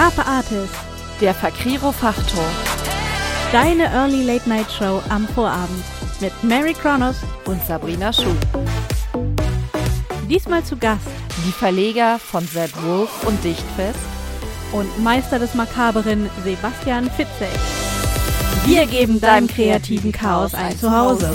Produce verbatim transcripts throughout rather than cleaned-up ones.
Carpe Artist, der Fakriro Fachtalk. Deine Early Late Night Show am Vorabend mit Mary Kronos und Sabrina Schuh. Diesmal zu Gast die Verleger von Zed Wolf und Dichtfest und Meister des Makaberen Sebastian Fitzek. Wir geben deinem kreativen Chaos ein Zuhause.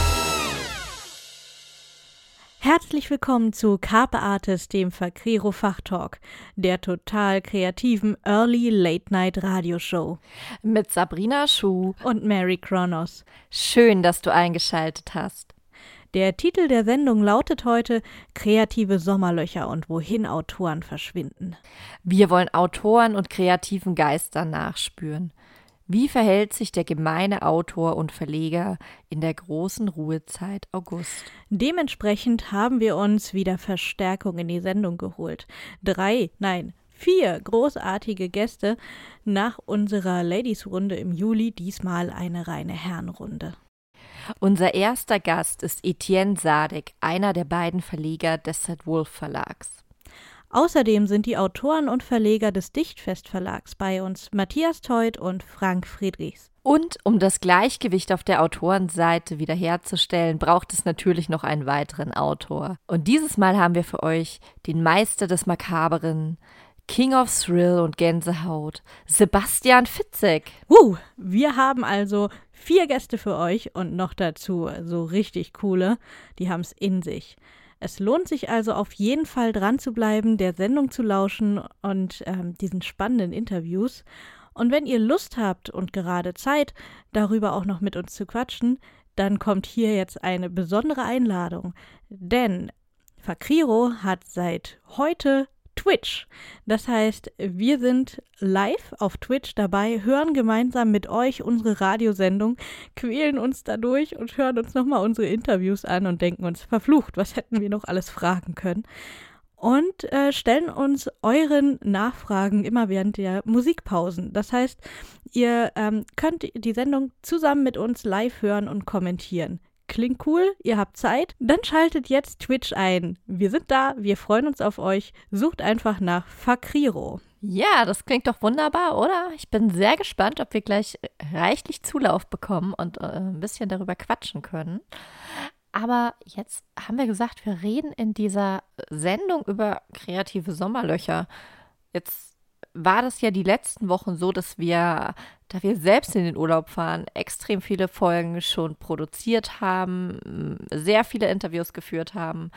Herzlich willkommen zu Carpe Artist, dem Fakriro Fachtalk, der total kreativen Early Late Night Radioshow. Mit Sabrina Schuh und Mary Kronos. Schön, dass du eingeschaltet hast. Der Titel der Sendung lautet heute Kreative Sommerlöcher und wohin Autoren verschwinden. Wir wollen Autoren und kreativen Geistern nachspüren. Wie verhält sich der gemeine Autor und Verleger in der großen Ruhezeit August? Dementsprechend haben wir uns wieder Verstärkung in die Sendung geholt. Drei, nein, vier großartige Gäste nach unserer Ladies-Runde im Juli, diesmal eine reine Herrenrunde. Unser erster Gast ist Etienne Sadek, einer der beiden Verleger des Zed Wolf Verlags. Außerdem sind die Autoren und Verleger des Dichtfest Verlags bei uns, Matthias Teut und Frank Friedrichs. Und um das Gleichgewicht auf der Autorenseite wiederherzustellen, braucht es natürlich noch einen weiteren Autor. Und dieses Mal haben wir für euch den Meister des Makaberen, King of Thrill und Gänsehaut, Sebastian Fitzek. Uh, wir haben also vier Gäste für euch und noch dazu so richtig coole, die haben es in sich. Es lohnt sich also auf jeden Fall dran zu bleiben, der Sendung zu lauschen und ähm, diesen spannenden Interviews. Und wenn ihr Lust habt und gerade Zeit, darüber auch noch mit uns zu quatschen, dann kommt hier jetzt eine besondere Einladung. Denn Fakriro hat seit heute Twitch. Das heißt, wir sind live auf Twitch dabei, hören gemeinsam mit euch unsere Radiosendung, quälen uns dadurch und hören uns nochmal unsere Interviews an und denken uns, verflucht, was hätten wir noch alles fragen können? Und äh, stellen uns euren Nachfragen immer während der Musikpausen. Das heißt, ihr ähm, könnt die Sendung zusammen mit uns live hören und kommentieren. Klingt cool, ihr habt Zeit? Dann schaltet jetzt Twitch ein. Wir sind da, wir freuen uns auf euch. Sucht einfach nach Fakriro. Ja, das klingt doch wunderbar, oder? Ich bin sehr gespannt, ob wir gleich reichlich Zulauf bekommen und äh, ein bisschen darüber quatschen können. Aber jetzt haben wir gesagt, wir reden in dieser Sendung über kreative Sommerlöcher. Jetzt war das ja die letzten Wochen so, dass wir, da wir selbst in den Urlaub fahren, extrem viele Folgen schon produziert haben, sehr viele Interviews geführt haben.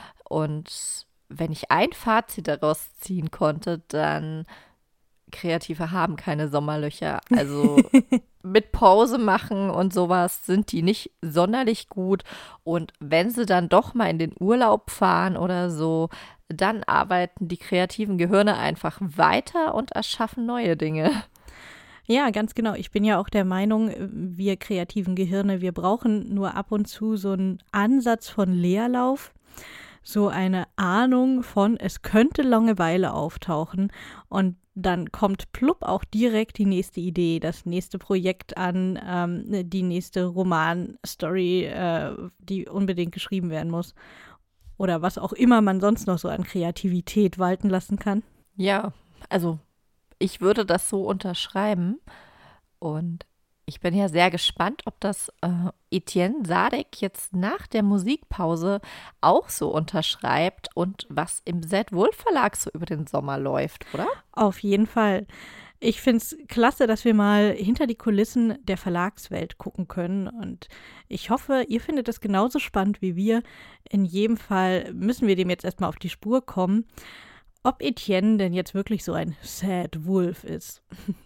Und wenn ich ein Fazit daraus ziehen konnte, dann Kreative haben keine Sommerlöcher. Also mit Pause machen und sowas sind die nicht sonderlich gut. Und wenn sie dann doch mal in den Urlaub fahren oder so, dann arbeiten die kreativen Gehirne einfach weiter und erschaffen neue Dinge. Ja, ganz genau. Ich bin ja auch der Meinung, wir kreativen Gehirne, wir brauchen nur ab und zu so einen Ansatz von Leerlauf, so eine Ahnung von, es könnte Langeweile auftauchen und dann kommt plupp auch direkt die nächste Idee, das nächste Projekt an, ähm, die nächste Romanstory, äh, die unbedingt geschrieben werden muss. Oder was auch immer man sonst noch so an Kreativität walten lassen kann. Ja, also ich würde das so unterschreiben. Und ich bin ja sehr gespannt, ob das äh, Etienne Sadek jetzt nach der Musikpause auch so unterschreibt und was im Zed Wolf Verlag so über den Sommer läuft, oder? Auf jeden Fall. Ich finde es klasse, dass wir mal hinter die Kulissen der Verlagswelt gucken können und ich hoffe, ihr findet es genauso spannend wie wir. In jedem Fall müssen wir dem jetzt erstmal auf die Spur kommen, ob Etienne denn jetzt wirklich so ein Zed Wolf ist.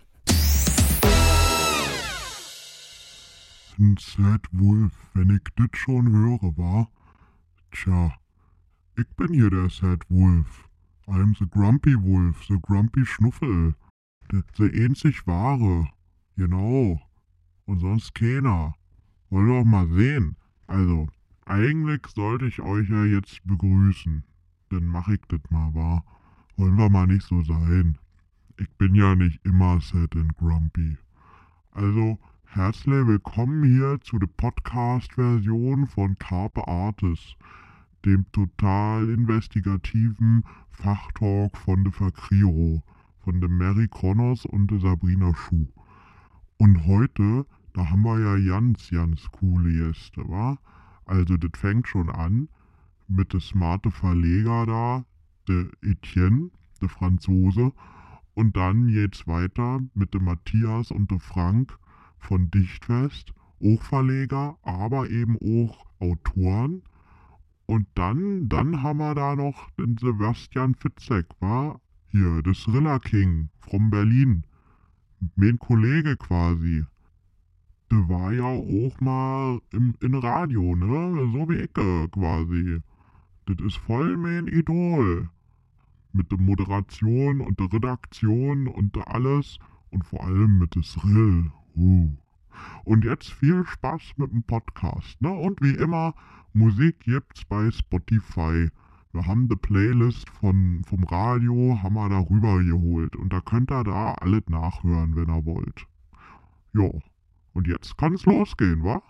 Ein Zed Wolf, wenn ich das schon höre, war? Tja, ich bin hier der Zed Wolf. I'm the Grumpy Wolf, the Grumpy Schnuffel. Der, der einzig wahre. Genau. Und sonst keiner. Wollen wir auch mal sehen. Also, eigentlich sollte ich euch ja jetzt begrüßen. Dann mach ich das mal, wahr? Wollen wir mal nicht so sein. Ich bin ja nicht immer sad and grumpy. Also, herzlich willkommen hier zu der Podcast-Version von Carpe Artist, dem total investigativen Fachtalk von der Fakriro, von der Mary Connors und der Sabrina Schuh. Und heute, da haben wir ja ganz, ganz coole Gäste, wa? Also das fängt schon an mit der smarte Verleger da, der Etienne, der Franzose. Und dann geht's weiter mit dem Matthias und der Frank von Dichtfest, auch Verleger, aber eben auch Autoren. Und dann, dann haben wir da noch den Sebastian Fitzek, wa? Hier, der Thriller King von Berlin. Mein Kollege quasi. Der war ja auch mal im, in Radio, ne? So wie ich äh, quasi. Das ist voll mein Idol. Mit der Moderation und der Redaktion und der alles. Und vor allem mit der Thrill. Uh. Und jetzt viel Spaß mit dem Podcast, ne? Und wie immer, Musik gibt's bei Spotify. Wir haben die Playlist von, vom Radio, haben wir da rüber geholt. Und da könnt ihr da alles nachhören, wenn ihr wollt. Jo, und jetzt kann's losgehen, wa?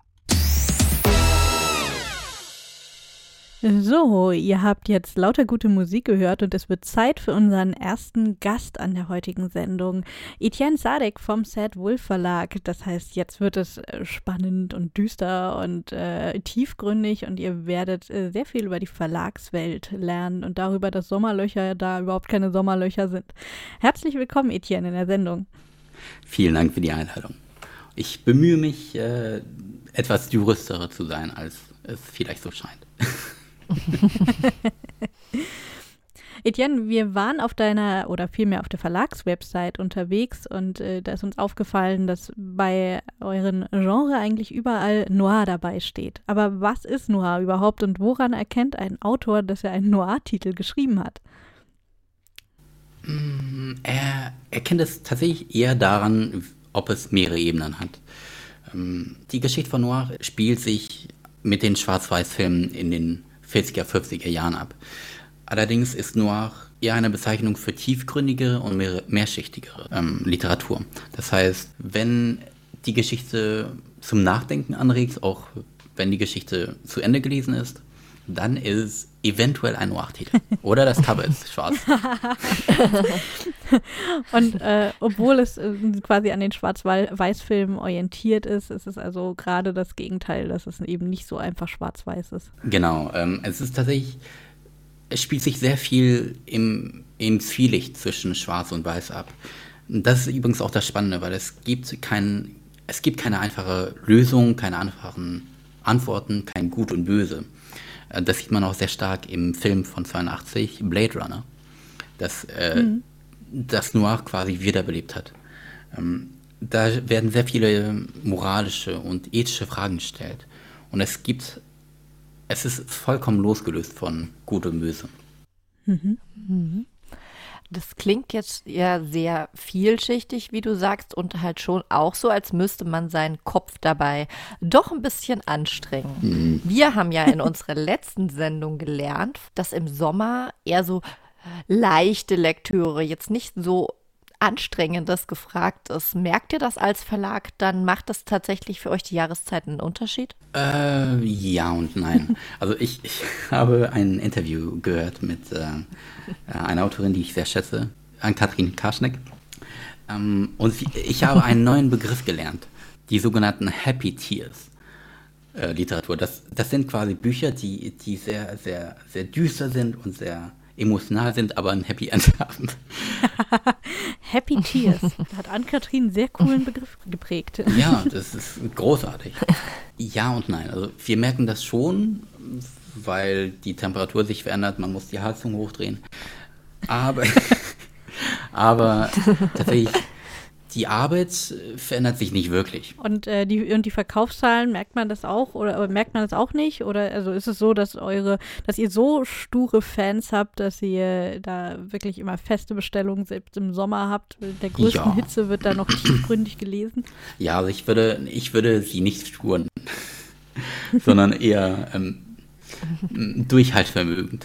So, ihr habt jetzt lauter gute Musik gehört und es wird Zeit für unseren ersten Gast an der heutigen Sendung. Etienne Sadek vom Sad Wolf Verlag. Das heißt, jetzt wird es äh, spannend und düster und äh, tiefgründig und ihr werdet äh, sehr viel über die Verlagswelt lernen und darüber, dass Sommerlöcher da überhaupt keine Sommerlöcher sind. Herzlich willkommen, Etienne, in der Sendung. Vielen Dank für die Einladung. Ich bemühe mich, äh, etwas juristischer zu sein, als es vielleicht so scheint. Etienne, wir waren auf deiner oder vielmehr auf der Verlagswebsite unterwegs und äh, da ist uns aufgefallen, dass bei euren Genre eigentlich überall Noir dabei steht. Aber was ist Noir überhaupt und woran erkennt ein Autor, dass er einen Noir-Titel geschrieben hat? Er erkennt es tatsächlich eher daran, ob es mehrere Ebenen hat. Die Geschichte von Noir spielt sich mit den Schwarz-Weiß-Filmen in den vierziger, fünfziger Jahren ab. Allerdings ist Noir eher eine Bezeichnung für tiefgründigere und mehr, mehrschichtigere ähm, Literatur. Das heißt, wenn die Geschichte zum Nachdenken anregt, auch wenn die Geschichte zu Ende gelesen ist, dann ist eventuell ein Noir-Titel. Oder das Cover ist schwarz. Und äh, obwohl es äh, quasi an den Schwarz-Weiß-Filmen orientiert ist, ist es also gerade das Gegenteil, dass es eben nicht so einfach schwarz-weiß ist. Genau, ähm, es ist tatsächlich, es spielt sich sehr viel im, im Zwielicht zwischen Schwarz und Weiß ab. Das ist übrigens auch das Spannende, weil es gibt kein, es gibt keine einfache Lösung, keine einfachen Antworten, kein Gut und Böse. Das sieht man auch sehr stark im Film von zweiundachtzig, Blade Runner, das, äh, mhm. das Noir quasi wiederbelebt hat. Ähm, da werden sehr viele moralische und ethische Fragen gestellt. Und es gibt, es ist vollkommen losgelöst von Gut und Böse. Mhm. Mhm. Das klingt jetzt ja sehr vielschichtig, wie du sagst, und halt schon auch so, als müsste man seinen Kopf dabei doch ein bisschen anstrengen. Mhm. Wir haben ja in unserer letzten Sendung gelernt, dass im Sommer eher so leichte Lektüre, jetzt nicht so Anstrengendes gefragt ist. Merkt ihr das als Verlag? Dann macht das tatsächlich für euch die Jahreszeit einen Unterschied? Äh, ja und nein. Also ich, ich habe ein Interview gehört mit äh, einer Autorin, die ich sehr schätze, Ann-Kathrin Karschneck. Ähm, und sie, ich habe einen neuen Begriff gelernt, die sogenannten Happy Tears äh, Literatur. Das, das sind quasi Bücher, die, die sehr, sehr, sehr düster sind und sehr emotional sind, aber ein Happy End haben. Happy Tears. Da hat Ann-Kathrin einen sehr coolen Begriff geprägt. Ja, das ist großartig. Ja und nein. Also wir merken das schon, weil die Temperatur sich verändert, man muss die Heizung hochdrehen. Aber, aber tatsächlich, die Arbeit verändert sich nicht wirklich. Und, äh, die, und die Verkaufszahlen, merkt man das auch oder, oder merkt man das auch nicht? Oder also ist es so, dass eure, dass ihr so sture Fans habt, dass ihr da wirklich immer feste Bestellungen selbst im Sommer habt? Der größten Ja. Hitze wird da noch tiefgründig gelesen. Ja, also ich würde, ich würde sie nicht sturen, sondern eher ähm, durchhaltvermögend.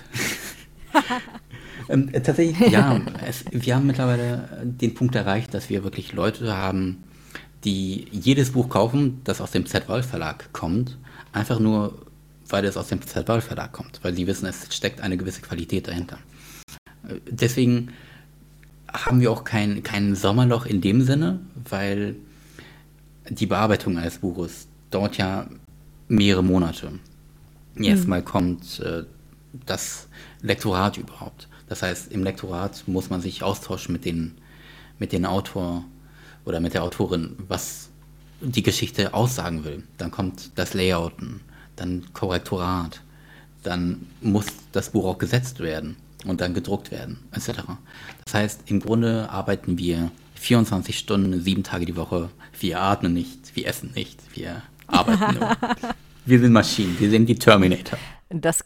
Ähm, tatsächlich, ja, es, wir haben mittlerweile den Punkt erreicht, dass wir wirklich Leute haben, die jedes Buch kaufen, das aus dem Z-Wolf Verlag kommt, einfach nur, weil es aus dem Z-Wolf Verlag kommt, weil sie wissen, es steckt eine gewisse Qualität dahinter. Deswegen haben wir auch kein, kein Sommerloch in dem Sinne, weil die Bearbeitung eines Buches dauert ja mehrere Monate. Erstmal kommt äh, das Lektorat überhaupt. Das heißt, im Lektorat muss man sich austauschen mit den, mit den Autor oder mit der Autorin, was die Geschichte aussagen will. Dann kommt das Layouten, dann Korrektorat, dann muss das Buch auch gesetzt werden und dann gedruckt werden, et cetera. Das heißt, im Grunde arbeiten wir vierundzwanzig Stunden, sieben Tage die Woche. Wir atmen nicht, wir essen nicht, wir arbeiten nur. Wir sind Maschinen, wir sind die Terminator. Das,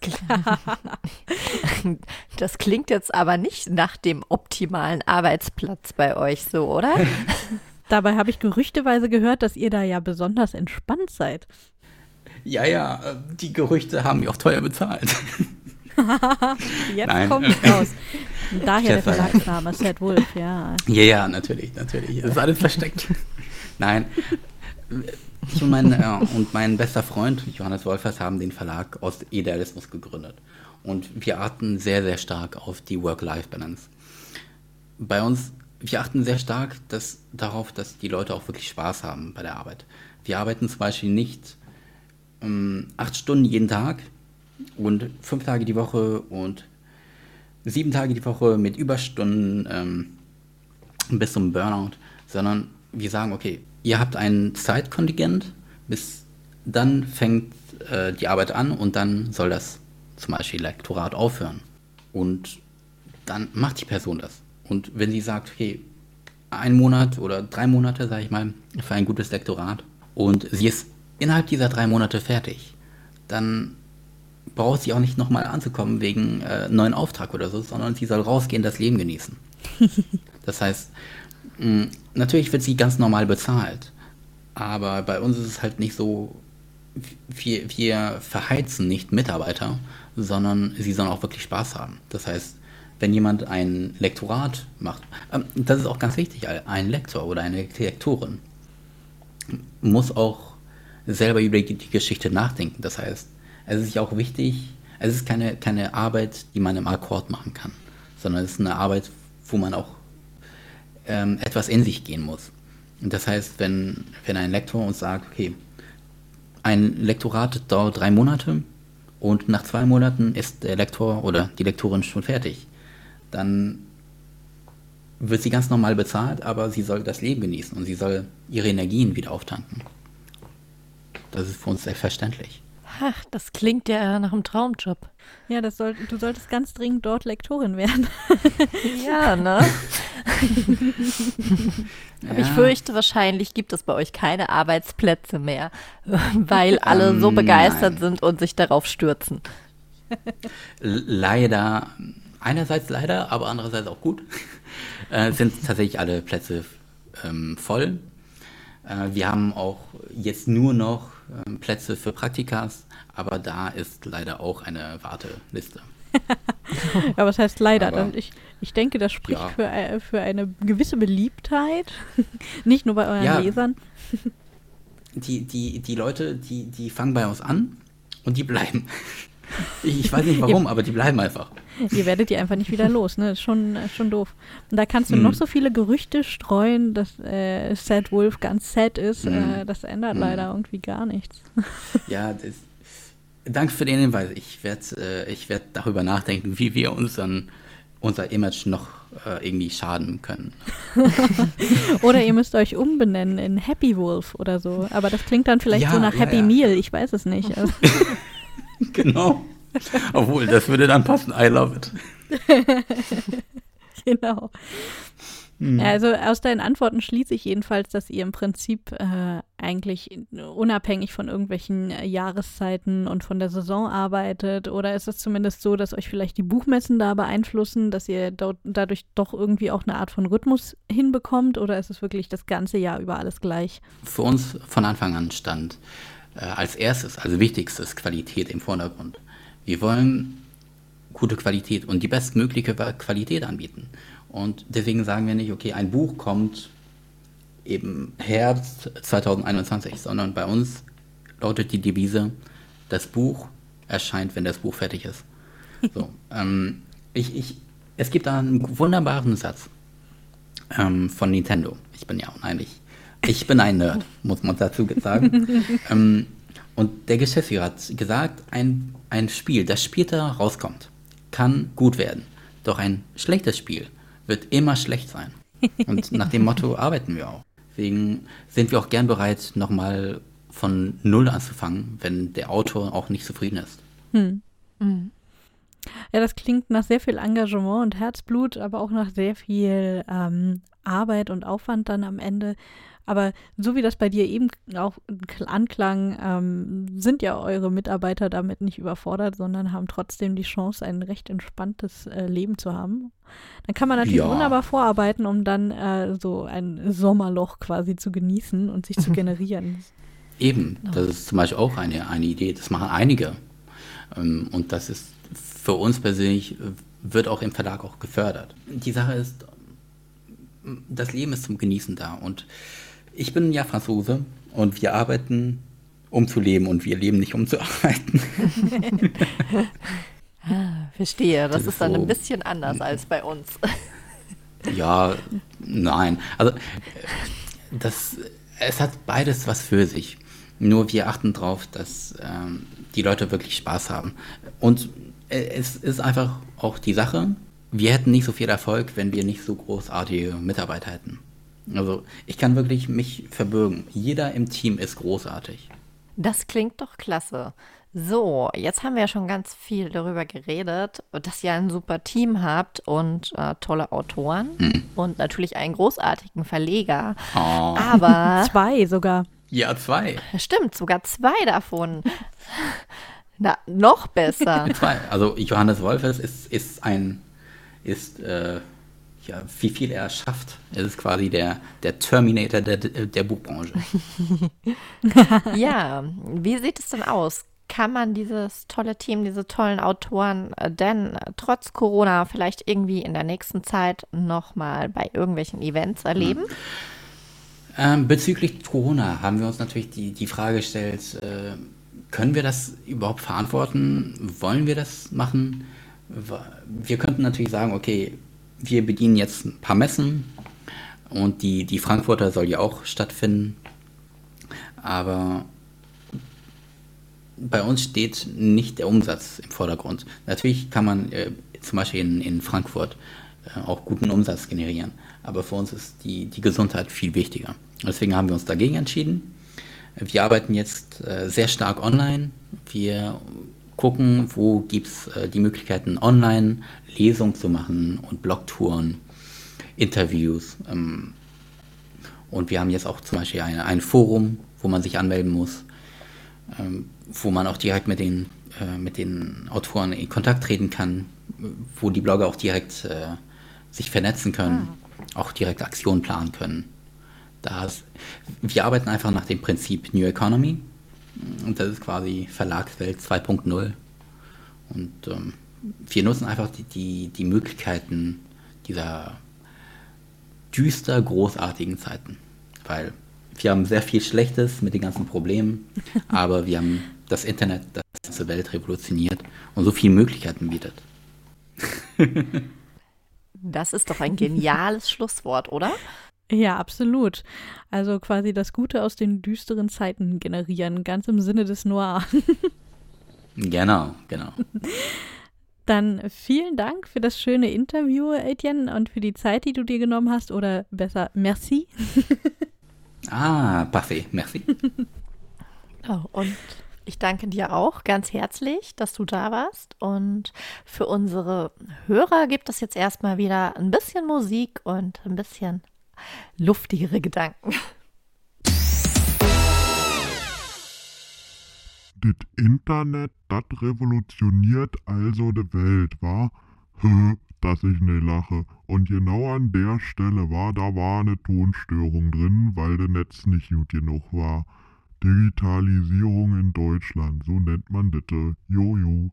kl- das klingt jetzt aber nicht nach dem optimalen Arbeitsplatz bei euch so, oder? Dabei habe ich gerüchteweise gehört, dass ihr da ja besonders entspannt seid. Ja, ja, äh, die Gerüchte haben mich auch teuer bezahlt. Jetzt Nein. kommt es raus. Daher der Chef, Verlagsname, Sad Wolf, ja. Ja, ja, natürlich, natürlich. Das ist alles versteckt. Nein. Ich und mein, äh, und mein bester Freund Johannes Wolfers haben den Verlag aus Idealismus gegründet. Und wir achten sehr, sehr stark auf die Work-Life-Balance. Bei uns, wir achten sehr stark dass, darauf, dass die Leute auch wirklich Spaß haben bei der Arbeit. Wir arbeiten zum Beispiel nicht ähm, acht Stunden jeden Tag und fünf Tage die Woche und sieben Tage die Woche mit Überstunden ähm, bis zum Burnout, sondern wir sagen, okay, ihr habt ein Zeitkontingent, bis dann fängt äh, die Arbeit an und dann soll das zum Beispiel Lektorat aufhören. Und dann macht die Person das. Und wenn sie sagt, okay, ein Monat oder drei Monate, sage ich mal, für ein gutes Lektorat und sie ist innerhalb dieser drei Monate fertig, dann braucht sie auch nicht nochmal anzukommen wegen äh, neuen Auftrag oder so, sondern sie soll rausgehen, das Leben genießen. Das heißt, mh, natürlich wird sie ganz normal bezahlt, aber bei uns ist es halt nicht so, wir, wir verheizen nicht Mitarbeiter, sondern sie sollen auch wirklich Spaß haben. Das heißt, wenn jemand ein Lektorat macht, ähm, das ist auch ganz wichtig, ein Lektor oder eine Lektorin muss auch selber über die, die Geschichte nachdenken. Das heißt, es ist ja auch wichtig, es ist keine, keine Arbeit, die man im Akkord machen kann, sondern es ist eine Arbeit, wo man auch ähm, etwas in sich gehen muss. Und das heißt, wenn, wenn ein Lektor uns sagt, okay, ein Lektorat dauert drei Monate und nach zwei Monaten ist der Lektor oder die Lektorin schon fertig, dann wird sie ganz normal bezahlt, aber sie soll das Leben genießen und sie soll ihre Energien wieder auftanken. Das ist für uns selbstverständlich. Ach, das klingt ja nach einem Traumjob. Ja, das soll, du solltest ganz dringend dort Lektorin werden. Ja, ne? Aber ich Ja. fürchte, wahrscheinlich gibt es bei euch keine Arbeitsplätze mehr, weil alle Ähm, so begeistert nein. sind und sich darauf stürzen. L- Leider, einerseits leider, aber andererseits auch gut, äh, sind tatsächlich alle Plätze ähm, voll. Äh, wir haben auch jetzt nur noch ähm, Plätze für Praktikas, aber da ist leider auch eine Warteliste. Ja, was heißt leider? Aber- Dann ich, ich denke, das spricht Ja. für, äh, für eine gewisse Beliebtheit. Nicht nur bei euren Ja. Lesern. Die, die, die Leute, die, die fangen bei uns an und die bleiben. Ich, ich weiß nicht warum, aber die bleiben einfach. Ihr werdet die einfach nicht wieder los, ne? Ist schon, äh, schon doof. Und da kannst du Hm. noch so viele Gerüchte streuen, dass äh, Sad Wolf ganz sad ist. Hm. Äh, das ändert Hm. leider irgendwie gar nichts. Ja, das, danke für den Hinweis. Ich werde äh, ich werd darüber nachdenken, wie wir unseren, unser Image noch äh, irgendwie schaden können. Oder ihr müsst euch umbenennen in Happy Wolf oder so. Aber das klingt dann vielleicht Ja, so nach ja, Happy ja. Meal. Ich weiß es nicht. Also, Genau. Obwohl, das würde dann passen. I love it. genau. Hm. Ja, also aus deinen Antworten schließe ich jedenfalls, dass ihr im Prinzip äh, eigentlich unabhängig von irgendwelchen äh, Jahreszeiten und von der Saison arbeitet. Oder ist es zumindest so, dass euch vielleicht die Buchmessen da beeinflussen, dass ihr dort, dadurch doch irgendwie auch eine Art von Rhythmus hinbekommt? Oder ist es wirklich das ganze Jahr über alles gleich? Für uns von Anfang an stand äh, als erstes, also wichtigstes, Qualität im Vordergrund. Wir wollen gute Qualität und die bestmögliche Qualität anbieten. Und deswegen sagen wir nicht, okay, ein Buch kommt eben Herbst zwanzig einundzwanzig, sondern bei uns lautet die Devise, das Buch erscheint, wenn das Buch fertig ist. So, ähm, ich, ich, es gibt da einen wunderbaren Satz. ähm, von Nintendo. Ich bin ja auch eigentlich, ich bin ein Nerd, muss man dazu sagen. ähm, und der Geschäftsführer hat gesagt, ein, ein Spiel, das später rauskommt, kann gut werden. Doch ein schlechtes Spiel wird immer schlecht sein. Und nach dem Motto arbeiten wir auch. Deswegen sind wir auch gern bereit, nochmal von Null anzufangen, wenn der Autor auch nicht zufrieden ist. Hm. Mhm. Ja, das klingt nach sehr viel Engagement und Herzblut, aber auch nach sehr viel ähm, Arbeit und Aufwand dann am Ende. Aber so wie das bei dir eben auch anklang, ähm, sind ja eure Mitarbeiter damit nicht überfordert, sondern haben trotzdem die Chance, ein recht entspanntes äh, Leben zu haben. Dann kann man natürlich Ja. wunderbar vorarbeiten, um dann äh, so ein Sommerloch quasi zu genießen und sich zu generieren. Eben, das ist zum Beispiel auch eine, eine Idee, das machen einige. Ähm, Und das ist für uns persönlich, äh, wird auch im Verlag auch gefördert. Die Sache ist, ähm, das Leben ist zum Genießen da. Und ich bin ja Franzose und wir arbeiten, um zu leben und wir leben nicht, um zu arbeiten. Verstehe, das, Das ist ist dann so- ein bisschen anders als bei uns. Ja, nein. Also, äh, das, es hat beides was für sich. Nur wir achten darauf, dass ähm, die Leute wirklich Spaß haben. Und äh, es ist einfach auch die Sache, wir hätten nicht so viel Erfolg, wenn wir nicht so großartige Mitarbeiter hätten. Also, ich kann wirklich mich verbürgen. Jeder im Team ist großartig. Das klingt doch klasse. So, jetzt haben wir ja schon ganz viel darüber geredet, dass ihr ein super Team habt und äh, tolle Autoren und natürlich einen großartigen Verleger. Oh. Aber, Zwei sogar. Ja, zwei. stimmt, sogar zwei davon. Na, noch besser. Zwei. Also, Johannes Wolfes ist, ist ein, ist, äh, ja, wie viel er schafft. Er ist quasi der, der Terminator der, der Buchbranche. Ja, wie sieht es denn aus? Kann man dieses tolle Team, diese tollen Autoren äh, denn äh, trotz Corona vielleicht irgendwie in der nächsten Zeit nochmal bei irgendwelchen Events erleben? Ähm, bezüglich Corona haben wir uns natürlich die, die Frage gestellt, äh, können wir das überhaupt verantworten? Wollen wir das machen? Wa- Wir könnten natürlich sagen, okay, wir bedienen jetzt ein paar Messen und die, die Frankfurter soll ja auch stattfinden, aber bei uns steht nicht der Umsatz im Vordergrund. Natürlich kann man äh, zum Beispiel in, in Frankfurt äh, auch guten Umsatz generieren, aber für uns ist die, die Gesundheit viel wichtiger. Deswegen haben wir uns dagegen entschieden. Wir arbeiten jetzt äh, sehr stark online. Wir gucken, wo gibt es äh, die Möglichkeiten, online Lesungen zu machen und Blogtouren, Interviews. Ähm, und wir haben jetzt auch zum Beispiel eine, ein Forum, wo man sich anmelden muss, ähm, wo man auch direkt mit den, äh, mit den Autoren in Kontakt treten kann, wo die Blogger auch direkt äh, sich vernetzen können, auch direkt Aktionen planen können. Das, wir arbeiten einfach nach dem Prinzip New Economy und das ist quasi Verlagswelt zwei Punkt null und ähm, wir nutzen einfach die, die, die Möglichkeiten dieser düster großartigen Zeiten, weil wir haben sehr viel Schlechtes mit den ganzen Problemen, aber wir haben das Internet, das die ganze Welt revolutioniert und so viele Möglichkeiten bietet. Das ist doch ein geniales Schlusswort, oder? Ja, absolut. Also quasi das Gute aus den düsteren Zeiten generieren, ganz im Sinne des Noir. Genau, genau. Dann vielen Dank für das schöne Interview, Etienne, und für die Zeit, die du dir genommen hast. Oder besser, merci. Ah, parfait, merci. Oh, und ich danke dir auch ganz herzlich, dass du da warst. Und für unsere Hörer gibt es jetzt erstmal wieder ein bisschen Musik und ein bisschen luftigere Gedanken. Das Internet, das revolutioniert also die Welt, wa? Dass ich ne lache. Und genau an der Stelle war, da war eine Tonstörung drin, weil das Netz nicht gut genug war. Digitalisierung in Deutschland, so nennt man das. Jojo.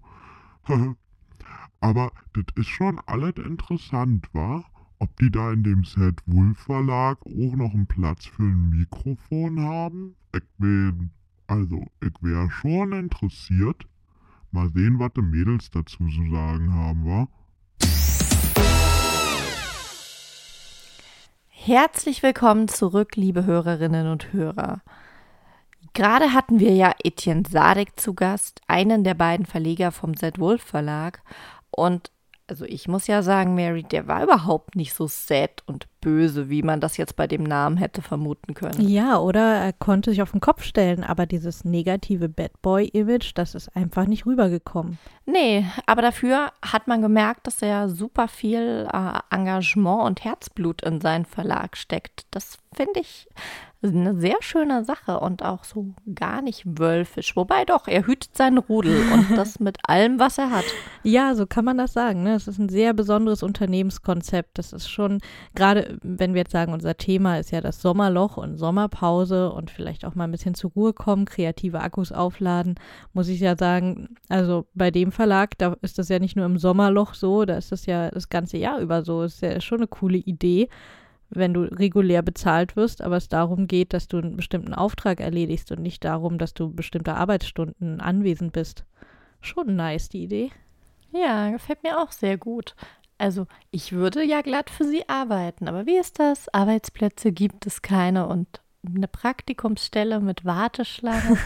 Aber das ist schon alles interessant, wa? Ob die da in dem Set Wolf Verlag auch noch einen Platz für ein Mikrofon haben? Ich bin, also, ich wäre schon interessiert. Mal sehen, was die Mädels dazu zu sagen haben, wa? Herzlich willkommen zurück, liebe Hörerinnen und Hörer. Gerade hatten wir ja Etienne Sadek zu Gast, einen der beiden Verleger vom Z Wolf Verlag. Und also ich muss ja sagen, Mary, der war überhaupt nicht so sad und böse, wie man das jetzt bei dem Namen hätte vermuten können. Ja, oder er konnte sich auf den Kopf stellen, aber dieses negative Bad Boy-Image, das ist einfach nicht rübergekommen. Nee, aber dafür hat man gemerkt, dass er super viel äh, Engagement und Herzblut in seinen Verlag steckt. Das finde ich eine sehr schöne Sache und auch so gar nicht wölfisch. Wobei doch, er hütet seinen Rudel und das mit allem, was er hat. Ja, so kann man das sagen. Ne? Es ist ein sehr besonderes Unternehmenskonzept. Das ist schon, gerade wenn wir jetzt sagen, unser Thema ist ja das Sommerloch und Sommerpause und vielleicht auch mal ein bisschen zur Ruhe kommen, kreative Akkus aufladen, muss ich ja sagen, also bei dem Verlag, da ist das ja nicht nur im Sommerloch so, da ist das ja das ganze Jahr über so. Das ist ja schon eine coole Idee, wenn du regulär bezahlt wirst, aber es darum geht, dass du einen bestimmten Auftrag erledigst und nicht darum, dass du bestimmte Arbeitsstunden anwesend bist. Schon nice, die Idee. Ja, gefällt mir auch sehr gut. Also ich würde ja glatt für sie arbeiten, aber wie ist das? Arbeitsplätze gibt es keine und eine Praktikumsstelle mit Warteschlange.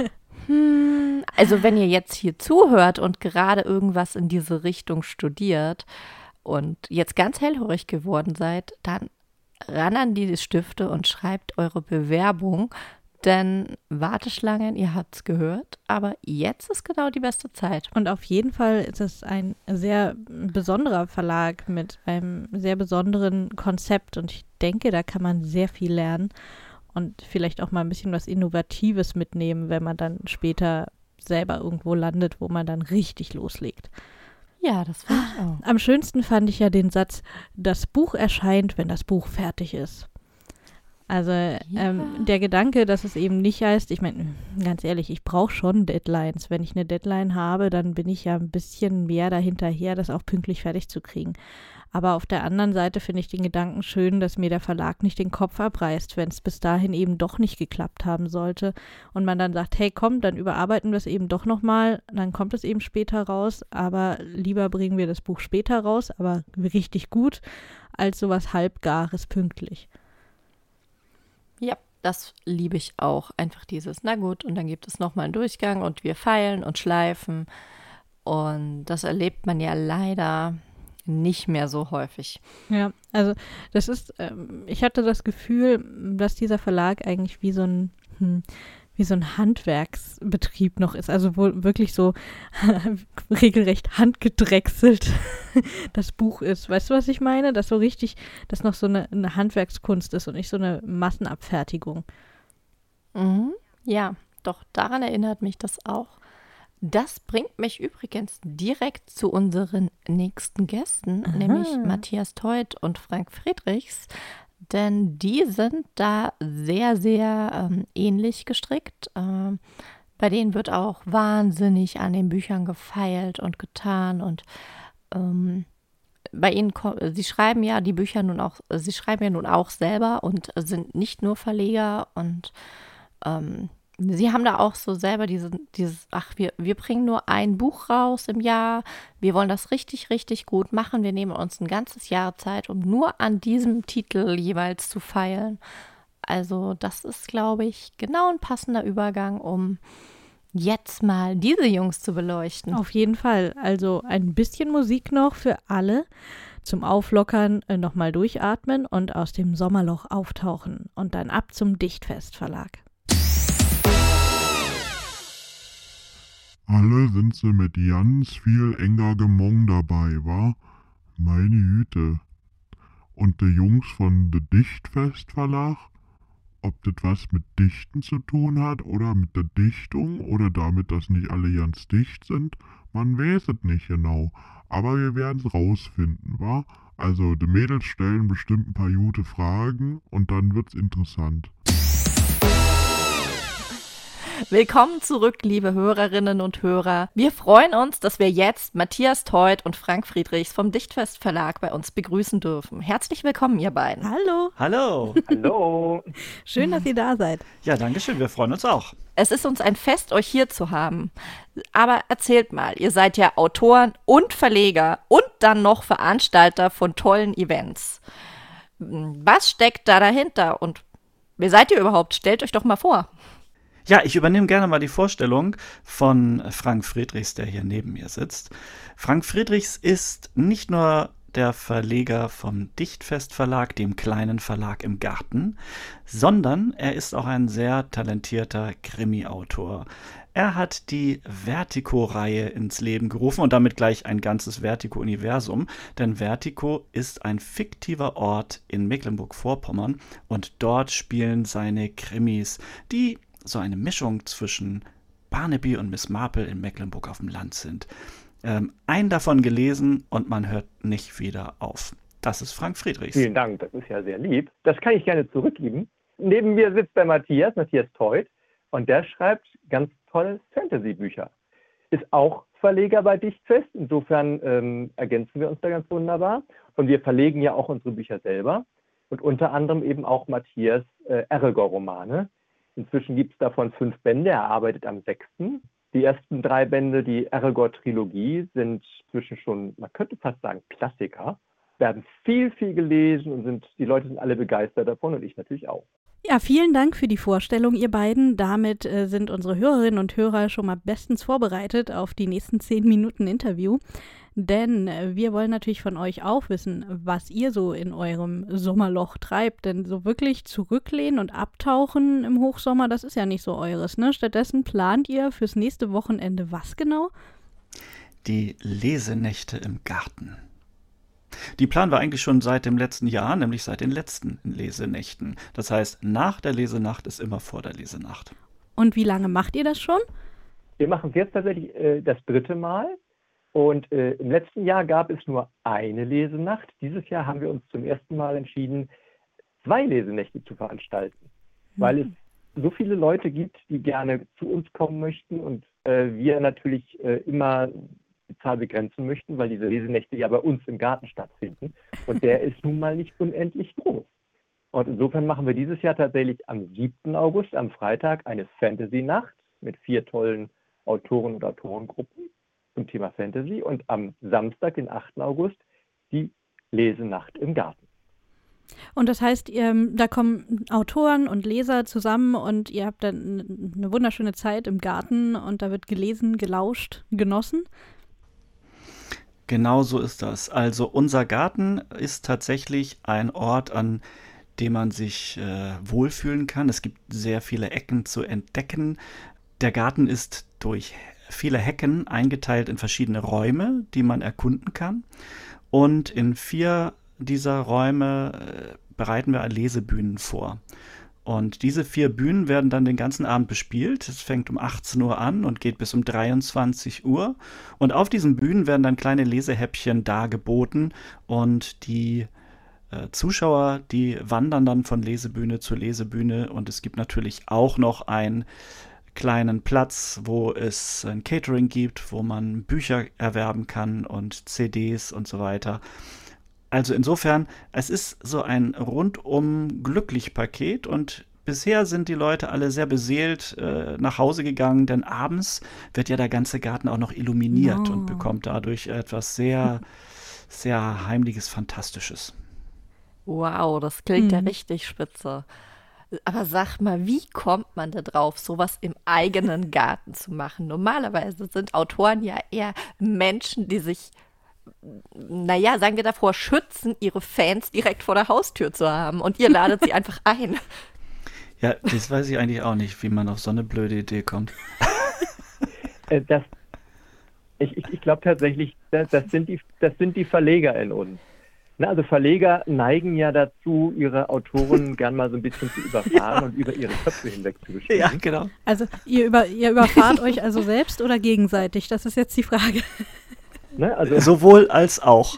hm, also wenn ihr jetzt hier zuhört und gerade irgendwas in diese Richtung studiert und jetzt ganz hellhörig geworden seid, dann ran an die Stifte und schreibt eure Bewerbung, denn Warteschlangen, ihr habt es gehört, aber jetzt ist genau die beste Zeit. Und auf jeden Fall ist es ein sehr besonderer Verlag mit einem sehr besonderen Konzept und ich denke, da kann man sehr viel lernen und vielleicht auch mal ein bisschen was Innovatives mitnehmen, wenn man dann später selber irgendwo landet, wo man dann richtig loslegt. Ja, das finde ich auch. Am schönsten fand ich ja den Satz, das Buch erscheint, wenn das Buch fertig ist. Also ja. ähm, der Gedanke, dass es eben nicht heißt, ich meine, ganz ehrlich, ich brauche schon Deadlines. Wenn ich eine Deadline habe, dann bin ich ja ein bisschen mehr dahinterher, das auch pünktlich fertig zu kriegen. Aber auf der anderen Seite finde ich den Gedanken schön, dass mir der Verlag nicht den Kopf abreißt, wenn es bis dahin eben doch nicht geklappt haben sollte. Und man dann sagt, hey komm, dann überarbeiten wir es eben doch nochmal, dann kommt es eben später raus, aber lieber bringen wir das Buch später raus, aber richtig gut, als sowas Halbgares pünktlich. Ja, das liebe ich auch. Einfach dieses, na gut, und dann gibt es nochmal einen Durchgang und wir feilen und schleifen. Und das erlebt man ja leider nicht mehr so häufig. Ja, also das ist, ähm, ich hatte das Gefühl, dass dieser Verlag eigentlich wie so ein, hm, wie so ein Handwerksbetrieb noch ist, also wo wirklich so regelrecht handgedrechselt das Buch ist. Weißt du, was ich meine? Dass so richtig, dass noch so eine, eine Handwerkskunst ist und nicht so eine Massenabfertigung. Mhm. Ja, doch daran erinnert mich das auch. Das bringt mich übrigens direkt zu unseren nächsten Gästen, Aha. nämlich Matthias Theut und Frank Friedrichs, denn die sind da sehr, sehr ähm, ähnlich gestrickt. Ähm, bei denen wird auch wahnsinnig an den Büchern gefeilt und getan und ähm, bei ihnen, sie schreiben ja die Bücher nun auch, sie schreiben ja nun auch selber und sind nicht nur Verleger und ähm, sie haben da auch so selber diese, dieses, ach, wir, wir bringen nur ein Buch raus im Jahr, wir wollen das richtig, richtig gut machen, wir nehmen uns ein ganzes Jahr Zeit, um nur an diesem Titel jeweils zu feilen. Also das ist, glaube ich, genau ein passender Übergang, um jetzt mal diese Jungs zu beleuchten. Auf jeden Fall, also ein bisschen Musik noch für alle. Zum Auflockern äh, nochmal durchatmen und aus dem Sommerloch auftauchen und dann ab zum Dichtfest Verlag. Alle sind sie mit ganz viel enger Gemong dabei, wa? Meine Güte. Und die Jungs von de Dichtfest Verlag, ob das was mit Dichten zu tun hat oder mit der Dichtung oder damit, dass nicht alle ganz dicht sind, man weiß es nicht genau. Aber wir werden es rausfinden, wa? Also die Mädels stellen bestimmt ein paar gute Fragen und dann wird's interessant. Willkommen zurück, liebe Hörerinnen und Hörer. Wir freuen uns, dass wir jetzt Matthias Theut und Frank Friedrichs vom Dichtfest Verlag bei uns begrüßen dürfen. Herzlich willkommen, ihr beiden. Hallo. Hallo. Hallo. Schön, dass ihr da seid. Ja, danke schön. Wir freuen uns auch. Es ist uns ein Fest, euch hier zu haben. Aber erzählt mal, ihr seid ja Autoren und Verleger und dann noch Veranstalter von tollen Events. Was steckt da dahinter und wer seid ihr überhaupt? Stellt euch doch mal vor. Ja, ich übernehme gerne mal die Vorstellung von Frank Friedrichs, der hier neben mir sitzt. Frank Friedrichs ist nicht nur der Verleger vom Dichtfest Verlag, dem kleinen Verlag im Garten, sondern er ist auch ein sehr talentierter Krimi-Autor. Er hat die Vertigo-Reihe ins Leben gerufen und damit gleich ein ganzes Vertigo-Universum, denn Vertigo ist ein fiktiver Ort in Mecklenburg-Vorpommern und dort spielen seine Krimis, die so eine Mischung zwischen Barnaby und Miss Marple in Mecklenburg auf dem Land sind. Ähm, einen davon gelesen und man hört nicht wieder auf. Das ist Frank Friedrichs. Vielen Dank, das ist ja sehr lieb. Das kann ich gerne zurückgeben. Neben mir sitzt der Matthias, Matthias Teut, und der schreibt ganz tolle Fantasy-Bücher. Ist auch Verleger bei Dichtfest, insofern ähm, ergänzen wir uns da ganz wunderbar. Und wir verlegen ja auch unsere Bücher selber und unter anderem eben auch Matthias äh, Aragorn-Romane. Inzwischen gibt es davon fünf Bände, er arbeitet am sechsten. Die ersten drei Bände, die Aragorn-Trilogie, sind inzwischen schon, man könnte fast sagen, Klassiker, werden viel, viel gelesen und sind, die Leute sind alle begeistert davon und ich natürlich auch. Ja, vielen Dank für die Vorstellung, ihr beiden. Damit äh, sind unsere Hörerinnen und Hörer schon mal bestens vorbereitet auf die nächsten zehn Minuten Interview. Denn äh, wir wollen natürlich von euch auch wissen, was ihr so in eurem Sommerloch treibt. Denn so wirklich zurücklehnen und abtauchen im Hochsommer, das ist ja nicht so eures, ne? Stattdessen plant ihr fürs nächste Wochenende was genau? Die Lesenächte im Garten. Die planen wir eigentlich schon seit dem letzten Jahr, nämlich seit den letzten Lesenächten. Das heißt, nach der Lesenacht ist immer vor der Lesenacht. Und wie lange macht ihr das schon? Wir machen es jetzt tatsächlich äh, das dritte Mal. Und äh, im letzten Jahr gab es nur eine Lesenacht. Dieses Jahr haben wir uns zum ersten Mal entschieden, zwei Lesenächte zu veranstalten. Mhm. Weil es so viele Leute gibt, die gerne zu uns kommen möchten und äh, wir natürlich äh, immer die Zahl begrenzen möchten, weil diese Lesenächte ja bei uns im Garten stattfinden. Und der ist nun mal nicht unendlich groß. Und insofern machen wir dieses Jahr tatsächlich am siebten August, am Freitag, eine Fantasy-Nacht mit vier tollen Autoren und Autorengruppen zum Thema Fantasy. Und am Samstag, den achten August, die Lesenacht im Garten. Und das heißt, ihr, da kommen Autoren und Leser zusammen und ihr habt dann eine wunderschöne Zeit im Garten und da wird gelesen, gelauscht, genossen? Genau so ist das. Also unser Garten ist tatsächlich ein Ort, an dem man sich äh, wohlfühlen kann. Es gibt sehr viele Ecken zu entdecken. Der Garten ist durch viele Hecken eingeteilt in verschiedene Räume, die man erkunden kann. Und in vier dieser Räume äh, bereiten wir Lesebühnen vor. Und diese vier Bühnen werden dann den ganzen Abend bespielt. Es fängt um achtzehn Uhr an und geht bis um dreiundzwanzig Uhr. Und auf diesen Bühnen werden dann kleine Lesehäppchen dargeboten. Und die äh, Zuschauer, die wandern dann von Lesebühne zu Lesebühne. Und es gibt natürlich auch noch einen kleinen Platz, wo es ein Catering gibt, wo man Bücher erwerben kann und C Ds und so weiter. Also insofern, es ist so ein rundum glücklich Paket und bisher sind die Leute alle sehr beseelt äh, nach Hause gegangen, denn abends wird ja der ganze Garten auch noch illuminiert Oh. und bekommt dadurch etwas sehr, sehr Heimliches, Fantastisches. Wow, das klingt ja Mhm. richtig spitze. Aber sag mal, wie kommt man da drauf, sowas im eigenen Garten zu machen? Normalerweise sind Autoren ja eher Menschen, die sich, naja, sagen wir davor, schützen, ihre Fans direkt vor der Haustür zu haben. Und ihr ladet sie einfach ein. Ja, das weiß ich eigentlich auch nicht, wie man auf so eine blöde Idee kommt. Äh, das, ich ich, ich glaube tatsächlich, das, das, sind die, das sind die Verleger in uns. Na, also Verleger neigen ja dazu, ihre Autoren gern mal so ein bisschen zu überfahren und über ihre Köpfe hinweg zu bestimmen. Ja, genau. Also ihr, über, ihr überfahrt euch also selbst oder gegenseitig? Das ist jetzt die Frage. Ne, also Sowohl als auch.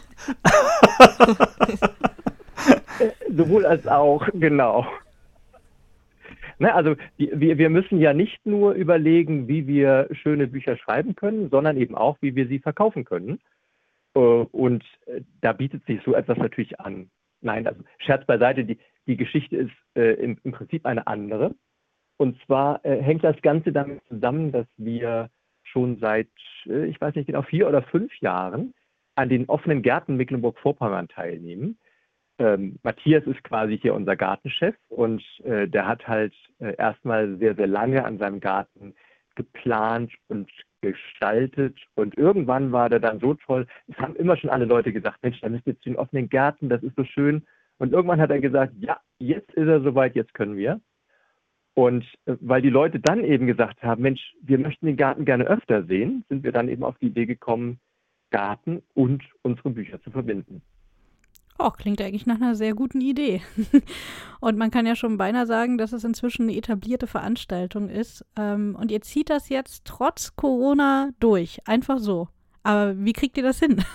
sowohl als auch, genau. Ne, also die, wir, wir müssen ja nicht nur überlegen, wie wir schöne Bücher schreiben können, sondern eben auch, wie wir sie verkaufen können. Äh, Und äh, da bietet sich so etwas natürlich an. Nein, also Scherz beiseite, die, die Geschichte ist äh, im, im Prinzip eine andere. Und zwar äh, hängt das Ganze damit zusammen, dass wir schon seit, äh, ich weiß nicht genau, vier oder fünf Jahren an den offenen Gärten Mecklenburg-Vorpommern teilnehmen. ähm, Matthias ist quasi hier unser Gartenchef und äh, der hat halt äh, erstmal sehr, sehr lange an seinem Garten geplant und gestaltet und irgendwann war der dann so toll. Es haben immer schon alle Leute gesagt, Mensch, da müsst ihr zu den offenen Gärten, das ist so schön. Und irgendwann hat er gesagt, ja, jetzt ist er soweit, jetzt können wir. Und äh, weil die Leute dann eben gesagt haben, Mensch, wir möchten den Garten gerne öfter sehen, sind wir dann eben auf die Idee gekommen, Garten und unsere Bücher zu verbinden. Oh, klingt eigentlich nach einer sehr guten Idee. Und man kann ja schon beinahe sagen, dass es inzwischen eine etablierte Veranstaltung ist. Ähm, und ihr zieht das jetzt trotz Corona durch, einfach so. Aber wie kriegt ihr das hin?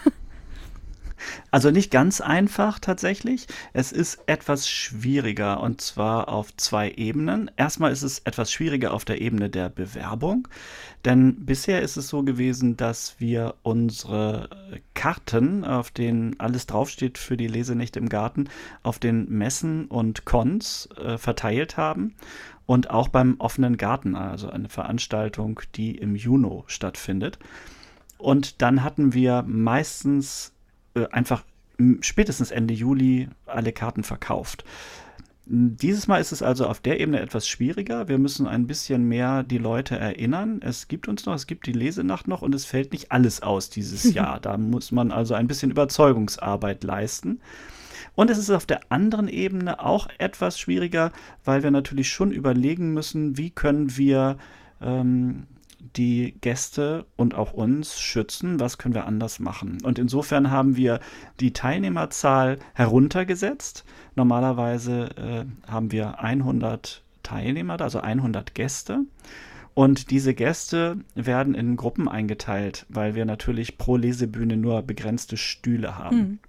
Also nicht ganz einfach tatsächlich. Es ist etwas schwieriger und zwar auf zwei Ebenen. Erstmal ist es etwas schwieriger auf der Ebene der Bewerbung, denn bisher ist es so gewesen, dass wir unsere Karten, auf denen alles draufsteht für die Lesenächte im Garten, auf den Messen und Cons äh, verteilt haben und auch beim offenen Garten, also eine Veranstaltung, die im Juni stattfindet. Und dann hatten wir meistens einfach spätestens Ende Juli alle Karten verkauft. Dieses Mal ist es also auf der Ebene etwas schwieriger. Wir müssen ein bisschen mehr die Leute erinnern. Es gibt uns noch, es gibt die Lesenacht noch und es fällt nicht alles aus dieses Jahr. Da muss man also ein bisschen Überzeugungsarbeit leisten. Und es ist auf der anderen Ebene auch etwas schwieriger, weil wir natürlich schon überlegen müssen, wie können wir ähm, die Gäste und auch uns schützen, was können wir anders machen. Und insofern haben wir die Teilnehmerzahl heruntergesetzt. Normalerweise äh, haben wir hundert Teilnehmer, also hundert Gäste. Und diese Gäste werden in Gruppen eingeteilt, weil wir natürlich pro Lesebühne nur begrenzte Stühle haben. Mhm.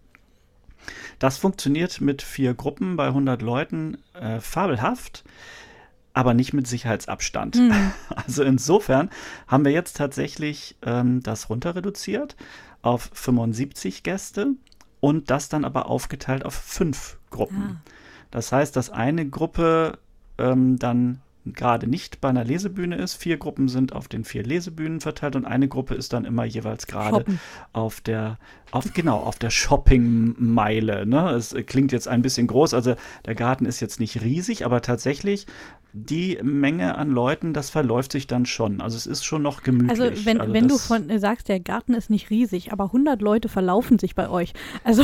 Das funktioniert mit vier Gruppen bei hundert Leuten äh, fabelhaft, aber nicht mit Sicherheitsabstand. Mhm. Also insofern haben wir jetzt tatsächlich ähm, das runter reduziert auf fünfundsiebzig Gäste und das dann aber aufgeteilt auf fünf Gruppen. Ah. Das heißt, dass eine Gruppe ähm, dann gerade nicht bei einer Lesebühne ist. Vier Gruppen sind auf den vier Lesebühnen verteilt und eine Gruppe ist dann immer jeweils gerade auf der, auf, genau, auf der Shoppingmeile. Ne? Es klingt jetzt ein bisschen groß, also der Garten ist jetzt nicht riesig, aber tatsächlich die Menge an Leuten, das verläuft sich dann schon. Also es ist schon noch gemütlich. Also wenn, also wenn du von, äh, sagst, der Garten ist nicht riesig, aber hundert Leute verlaufen sich bei euch. Also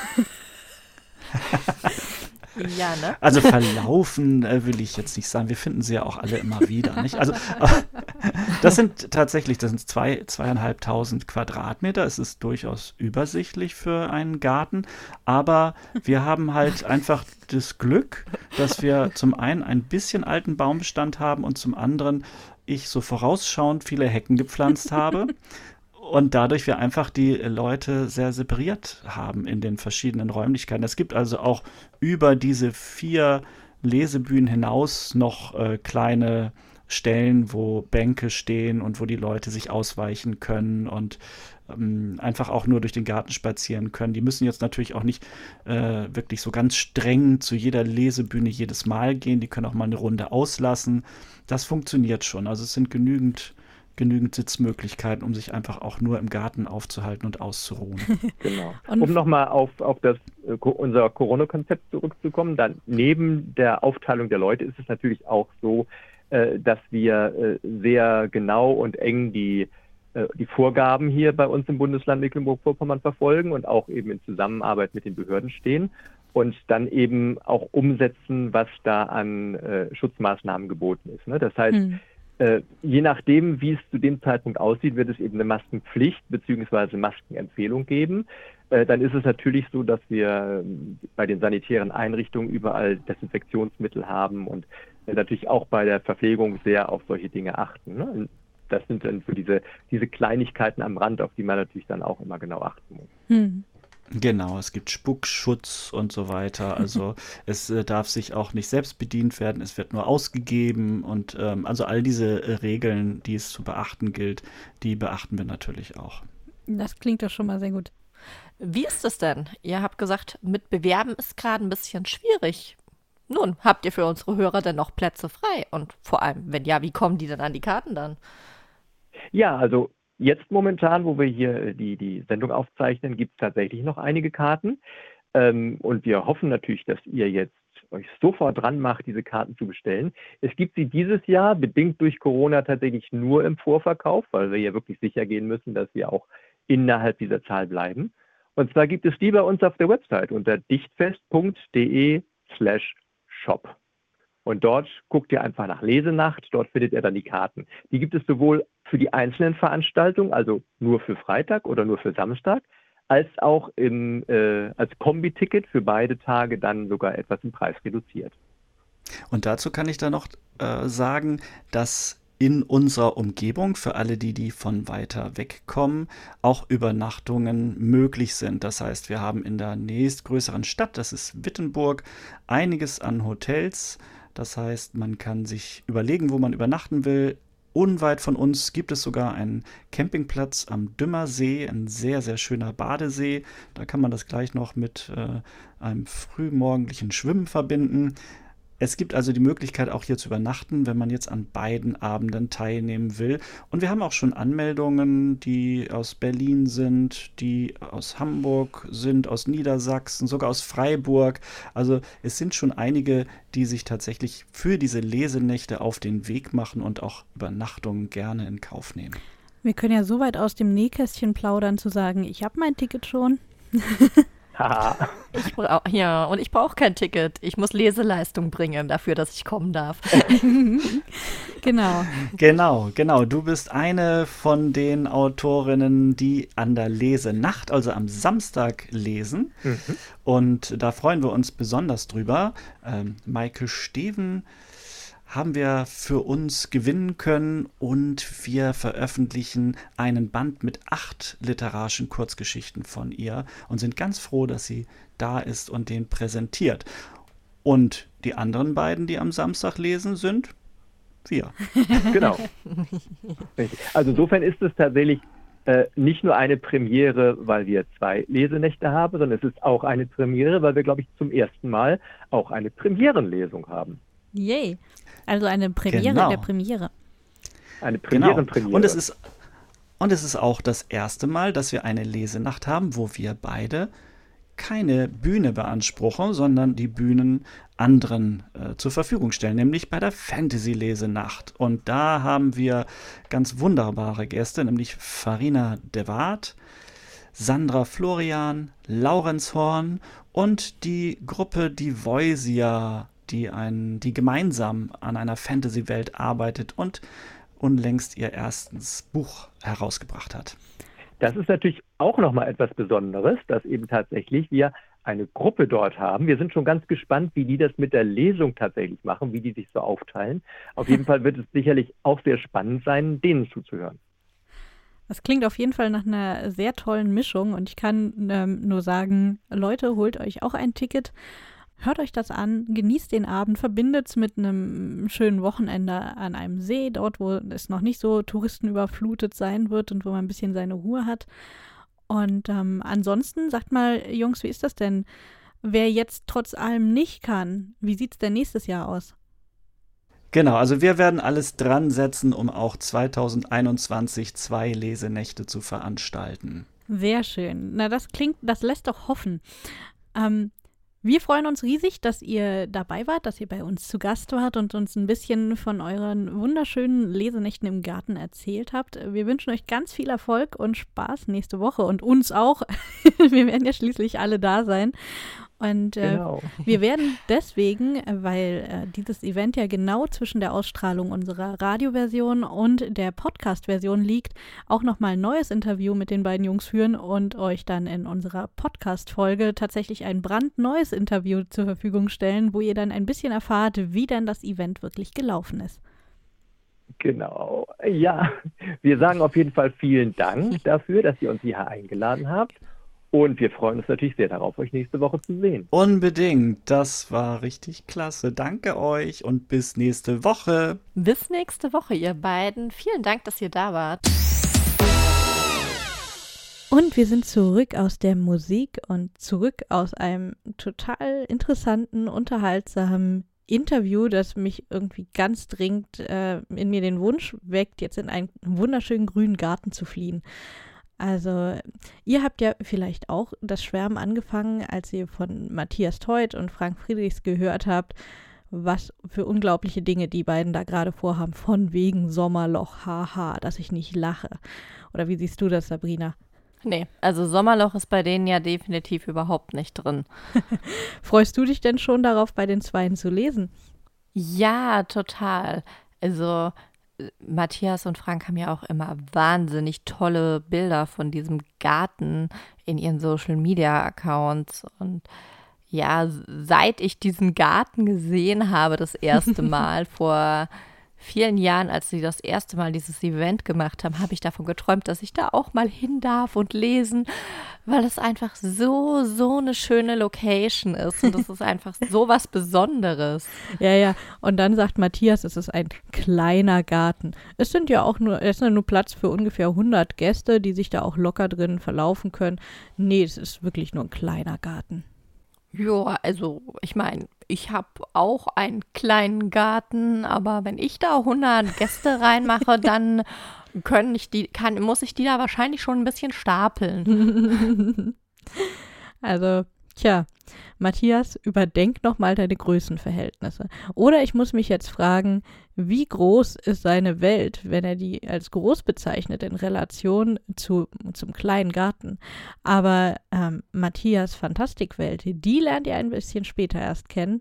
ja, ne? Also verlaufen äh, will ich jetzt nicht sagen. Wir finden sie ja auch alle immer wieder, nicht? Also das sind tatsächlich, das sind zwei, zweieinhalbtausend Quadratmeter. Es ist durchaus übersichtlich für einen Garten, aber wir haben halt einfach das Glück, dass wir zum einen ein bisschen alten Baumbestand haben und zum anderen ich so vorausschauend viele Hecken gepflanzt habe. Und dadurch wir einfach die Leute sehr separiert haben in den verschiedenen Räumlichkeiten. Es gibt also auch über diese vier Lesebühnen hinaus noch äh, kleine Stellen, wo Bänke stehen und wo die Leute sich ausweichen können und ähm, einfach auch nur durch den Garten spazieren können. Die müssen jetzt natürlich auch nicht äh, wirklich so ganz streng zu jeder Lesebühne jedes Mal gehen. Die können auch mal eine Runde auslassen. Das funktioniert schon. Also es sind genügend genügend Sitzmöglichkeiten, um sich einfach auch nur im Garten aufzuhalten und auszuruhen. Genau. Um nochmal auf, auf das, unser Corona-Konzept zurückzukommen, dann neben der Aufteilung der Leute ist es natürlich auch so, äh, dass wir äh, sehr genau und eng die, äh, die Vorgaben hier bei uns im Bundesland Mecklenburg-Vorpommern verfolgen und auch eben in Zusammenarbeit mit den Behörden stehen und dann eben auch umsetzen, was da an äh, Schutzmaßnahmen geboten ist. Ne? Das heißt, hm. Äh, je nachdem, wie es zu dem Zeitpunkt aussieht, wird es eben eine Maskenpflicht bzw. Maskenempfehlung geben. Äh, dann ist es natürlich so, dass wir äh, bei den sanitären Einrichtungen überall Desinfektionsmittel haben und äh, natürlich auch bei der Verpflegung sehr auf solche Dinge achten. Ne? Das sind dann so diese, diese Kleinigkeiten am Rand, auf die man natürlich dann auch immer genau achten muss. Hm. Genau, es gibt Spuckschutz und so weiter. Also es äh, darf sich auch nicht selbst bedient werden, es wird nur ausgegeben und ähm, also all diese äh, Regeln, die es zu beachten gilt, die beachten wir natürlich auch. Das klingt doch schon mal sehr gut. Wie ist es denn? Ihr habt gesagt, mit Bewerben ist gerade ein bisschen schwierig. Nun, habt ihr für unsere Hörer denn noch Plätze frei? Und vor allem, wenn ja, wie kommen die denn an die Karten dann? Ja, also jetzt momentan, wo wir hier die, die Sendung aufzeichnen, gibt es tatsächlich noch einige Karten. Ähm, und wir hoffen natürlich, dass ihr jetzt euch sofort dran macht, diese Karten zu bestellen. Es gibt sie dieses Jahr, bedingt durch Corona, tatsächlich nur im Vorverkauf, weil wir ja wirklich sicher gehen müssen, dass wir auch innerhalb dieser Zahl bleiben. Und zwar gibt es die bei uns auf der Website unter dichtfest.de slash shop. Und dort guckt ihr einfach nach Lesenacht, dort findet ihr dann die Karten. Die gibt es sowohl für die einzelnen Veranstaltungen, also nur für Freitag oder nur für Samstag, als auch im, äh, als Kombi-Ticket für beide Tage dann sogar etwas im Preis reduziert. Und dazu kann ich dann noch äh, sagen, dass in unserer Umgebung, für alle die, die von weiter weg kommen, auch Übernachtungen möglich sind. Das heißt, wir haben in der nächstgrößeren Stadt, das ist Wittenburg, einiges an Hotels. Das heißt, man kann sich überlegen, wo man übernachten will. Unweit von uns gibt es sogar einen Campingplatz am Dümmersee, ein sehr, sehr schöner Badesee. Da kann man das gleich noch mit äh, einem frühmorgendlichen Schwimmen verbinden. Es gibt also die Möglichkeit, auch hier zu übernachten, wenn man jetzt an beiden Abenden teilnehmen will. Und wir haben auch schon Anmeldungen, die aus Berlin sind, die aus Hamburg sind, aus Niedersachsen, sogar aus Freiburg. Also es sind schon einige, die sich tatsächlich für diese Lesenächte auf den Weg machen und auch Übernachtungen gerne in Kauf nehmen. Wir können ja so weit aus dem Nähkästchen plaudern, zu sagen, ich habe mein Ticket schon. Ich brauch, ja, und ich brauche kein Ticket. Ich muss Leseleistung bringen dafür, dass ich kommen darf. Genau. Genau, genau. Du bist eine von den Autorinnen, die an der Lesenacht, also am Samstag, lesen. Mhm. Und da freuen wir uns besonders drüber. Ähm, Maike Steven haben wir für uns gewinnen können und wir veröffentlichen einen Band mit acht literarischen Kurzgeschichten von ihr und sind ganz froh, dass sie da ist und den präsentiert. Und die anderen beiden, die am Samstag lesen, sind wir. Genau. Also insofern ist es tatsächlich äh, nicht nur eine Premiere, weil wir zwei Lesenächte haben, sondern es ist auch eine Premiere, weil wir, glaube ich, zum ersten Mal auch eine Premierenlesung haben. Yay. Also eine Premiere genau. der Premiere. Eine Premierenpremiere. Genau. Und es ist und es ist auch das erste Mal, dass wir eine Lesenacht haben, wo wir beide keine Bühne beanspruchen, sondern die Bühnen anderen äh, zur Verfügung stellen, nämlich bei der Fantasy-Lesenacht. Und da haben wir ganz wunderbare Gäste, nämlich Farina de Waard, Sandra Florian, Laurenz Horn und die Gruppe Die Voisia, die, ein, die gemeinsam an einer Fantasy-Welt arbeitet und unlängst ihr erstes Buch herausgebracht hat. Das ist natürlich auch nochmal etwas Besonderes, dass eben tatsächlich wir eine Gruppe dort haben. Wir sind schon ganz gespannt, wie die das mit der Lesung tatsächlich machen, wie die sich so aufteilen. Auf jeden Fall wird es sicherlich auch sehr spannend sein, denen zuzuhören. Das klingt auf jeden Fall nach einer sehr tollen Mischung und ich kann ähm, nur sagen, Leute, holt euch auch ein Ticket. Hört euch das an, genießt den Abend, verbindet es mit einem schönen Wochenende an einem See, dort, wo es noch nicht so touristenüberflutet sein wird und wo man ein bisschen seine Ruhe hat. Und ähm, ansonsten, sagt mal, Jungs, wie ist das denn? Wer jetzt trotz allem nicht kann, wie sieht es denn nächstes Jahr aus? Genau, also wir werden alles dran setzen, um auch zwanzig einundzwanzig zwei Lesenächte zu veranstalten. Sehr schön. Na, das klingt, das lässt doch hoffen. Ähm, Wir freuen uns riesig, dass ihr dabei wart, dass ihr bei uns zu Gast wart und uns ein bisschen von euren wunderschönen Lesenächten im Garten erzählt habt. Wir wünschen euch ganz viel Erfolg und Spaß nächste Woche und uns auch. Wir werden ja schließlich alle da sein. Und äh, Genau. wir werden deswegen, weil äh, dieses Event ja genau zwischen der Ausstrahlung unserer Radioversion und der Podcast-Version liegt, auch nochmal ein neues Interview mit den beiden Jungs führen und euch dann in unserer Podcast-Folge tatsächlich ein brandneues Interview zur Verfügung stellen, wo ihr dann ein bisschen erfahrt, wie denn das Event wirklich gelaufen ist. Genau. Ja, wir sagen auf jeden Fall vielen Dank dafür, dass ihr uns hierher eingeladen habt. Und wir freuen uns natürlich sehr darauf, euch nächste Woche zu sehen. Unbedingt, das war richtig klasse. Danke euch und bis nächste Woche. Bis nächste Woche, ihr beiden. Vielen Dank, dass ihr da wart. Und wir sind zurück aus der Musik und zurück aus einem total interessanten, unterhaltsamen Interview, das mich irgendwie ganz dringend äh, in mir den Wunsch weckt, jetzt in einen wunderschönen grünen Garten zu fliehen. Also, ihr habt ja vielleicht auch das Schwärmen angefangen, als ihr von Matthias Theut und Frank Friedrichs gehört habt, was für unglaubliche Dinge die beiden da gerade vorhaben, von wegen Sommerloch, haha, dass ich nicht lache. Oder wie siehst du das, Sabrina? Nee, also Sommerloch ist bei denen ja definitiv überhaupt nicht drin. Freust du dich denn schon darauf, bei den Zweien zu lesen? Ja, total. Also äh, Matthias und Frank haben ja auch immer wahnsinnig tolle Bilder von diesem Garten in ihren Social-Media-Accounts. Und ja, s- seit ich diesen Garten gesehen habe, das erste Mal vor vielen Jahren, als sie das erste Mal dieses Event gemacht haben, habe ich davon geträumt, dass ich da auch mal hin darf und lesen, weil es einfach so, so eine schöne Location ist und es ist einfach so was Besonderes. Ja, ja. Und dann sagt Matthias, es ist ein kleiner Garten. Es sind ja auch nur, es ist ja nur Platz für ungefähr hundert Gäste, die sich da auch locker drin verlaufen können. Nee, es ist wirklich nur ein kleiner Garten. Ja, also ich meine, ich habe auch einen kleinen Garten, aber wenn ich da hundert Gäste reinmache, dann können ich die, kann, muss ich die da wahrscheinlich schon ein bisschen stapeln. Also, tja, Matthias, überdenk nochmal deine Größenverhältnisse. Oder ich muss mich jetzt fragen, wie groß ist seine Welt, wenn er die als groß bezeichnet in Relation zu, zum kleinen Garten. Aber ähm, Matthias Fantastikwelt, die lernt ihr ein bisschen später erst kennen.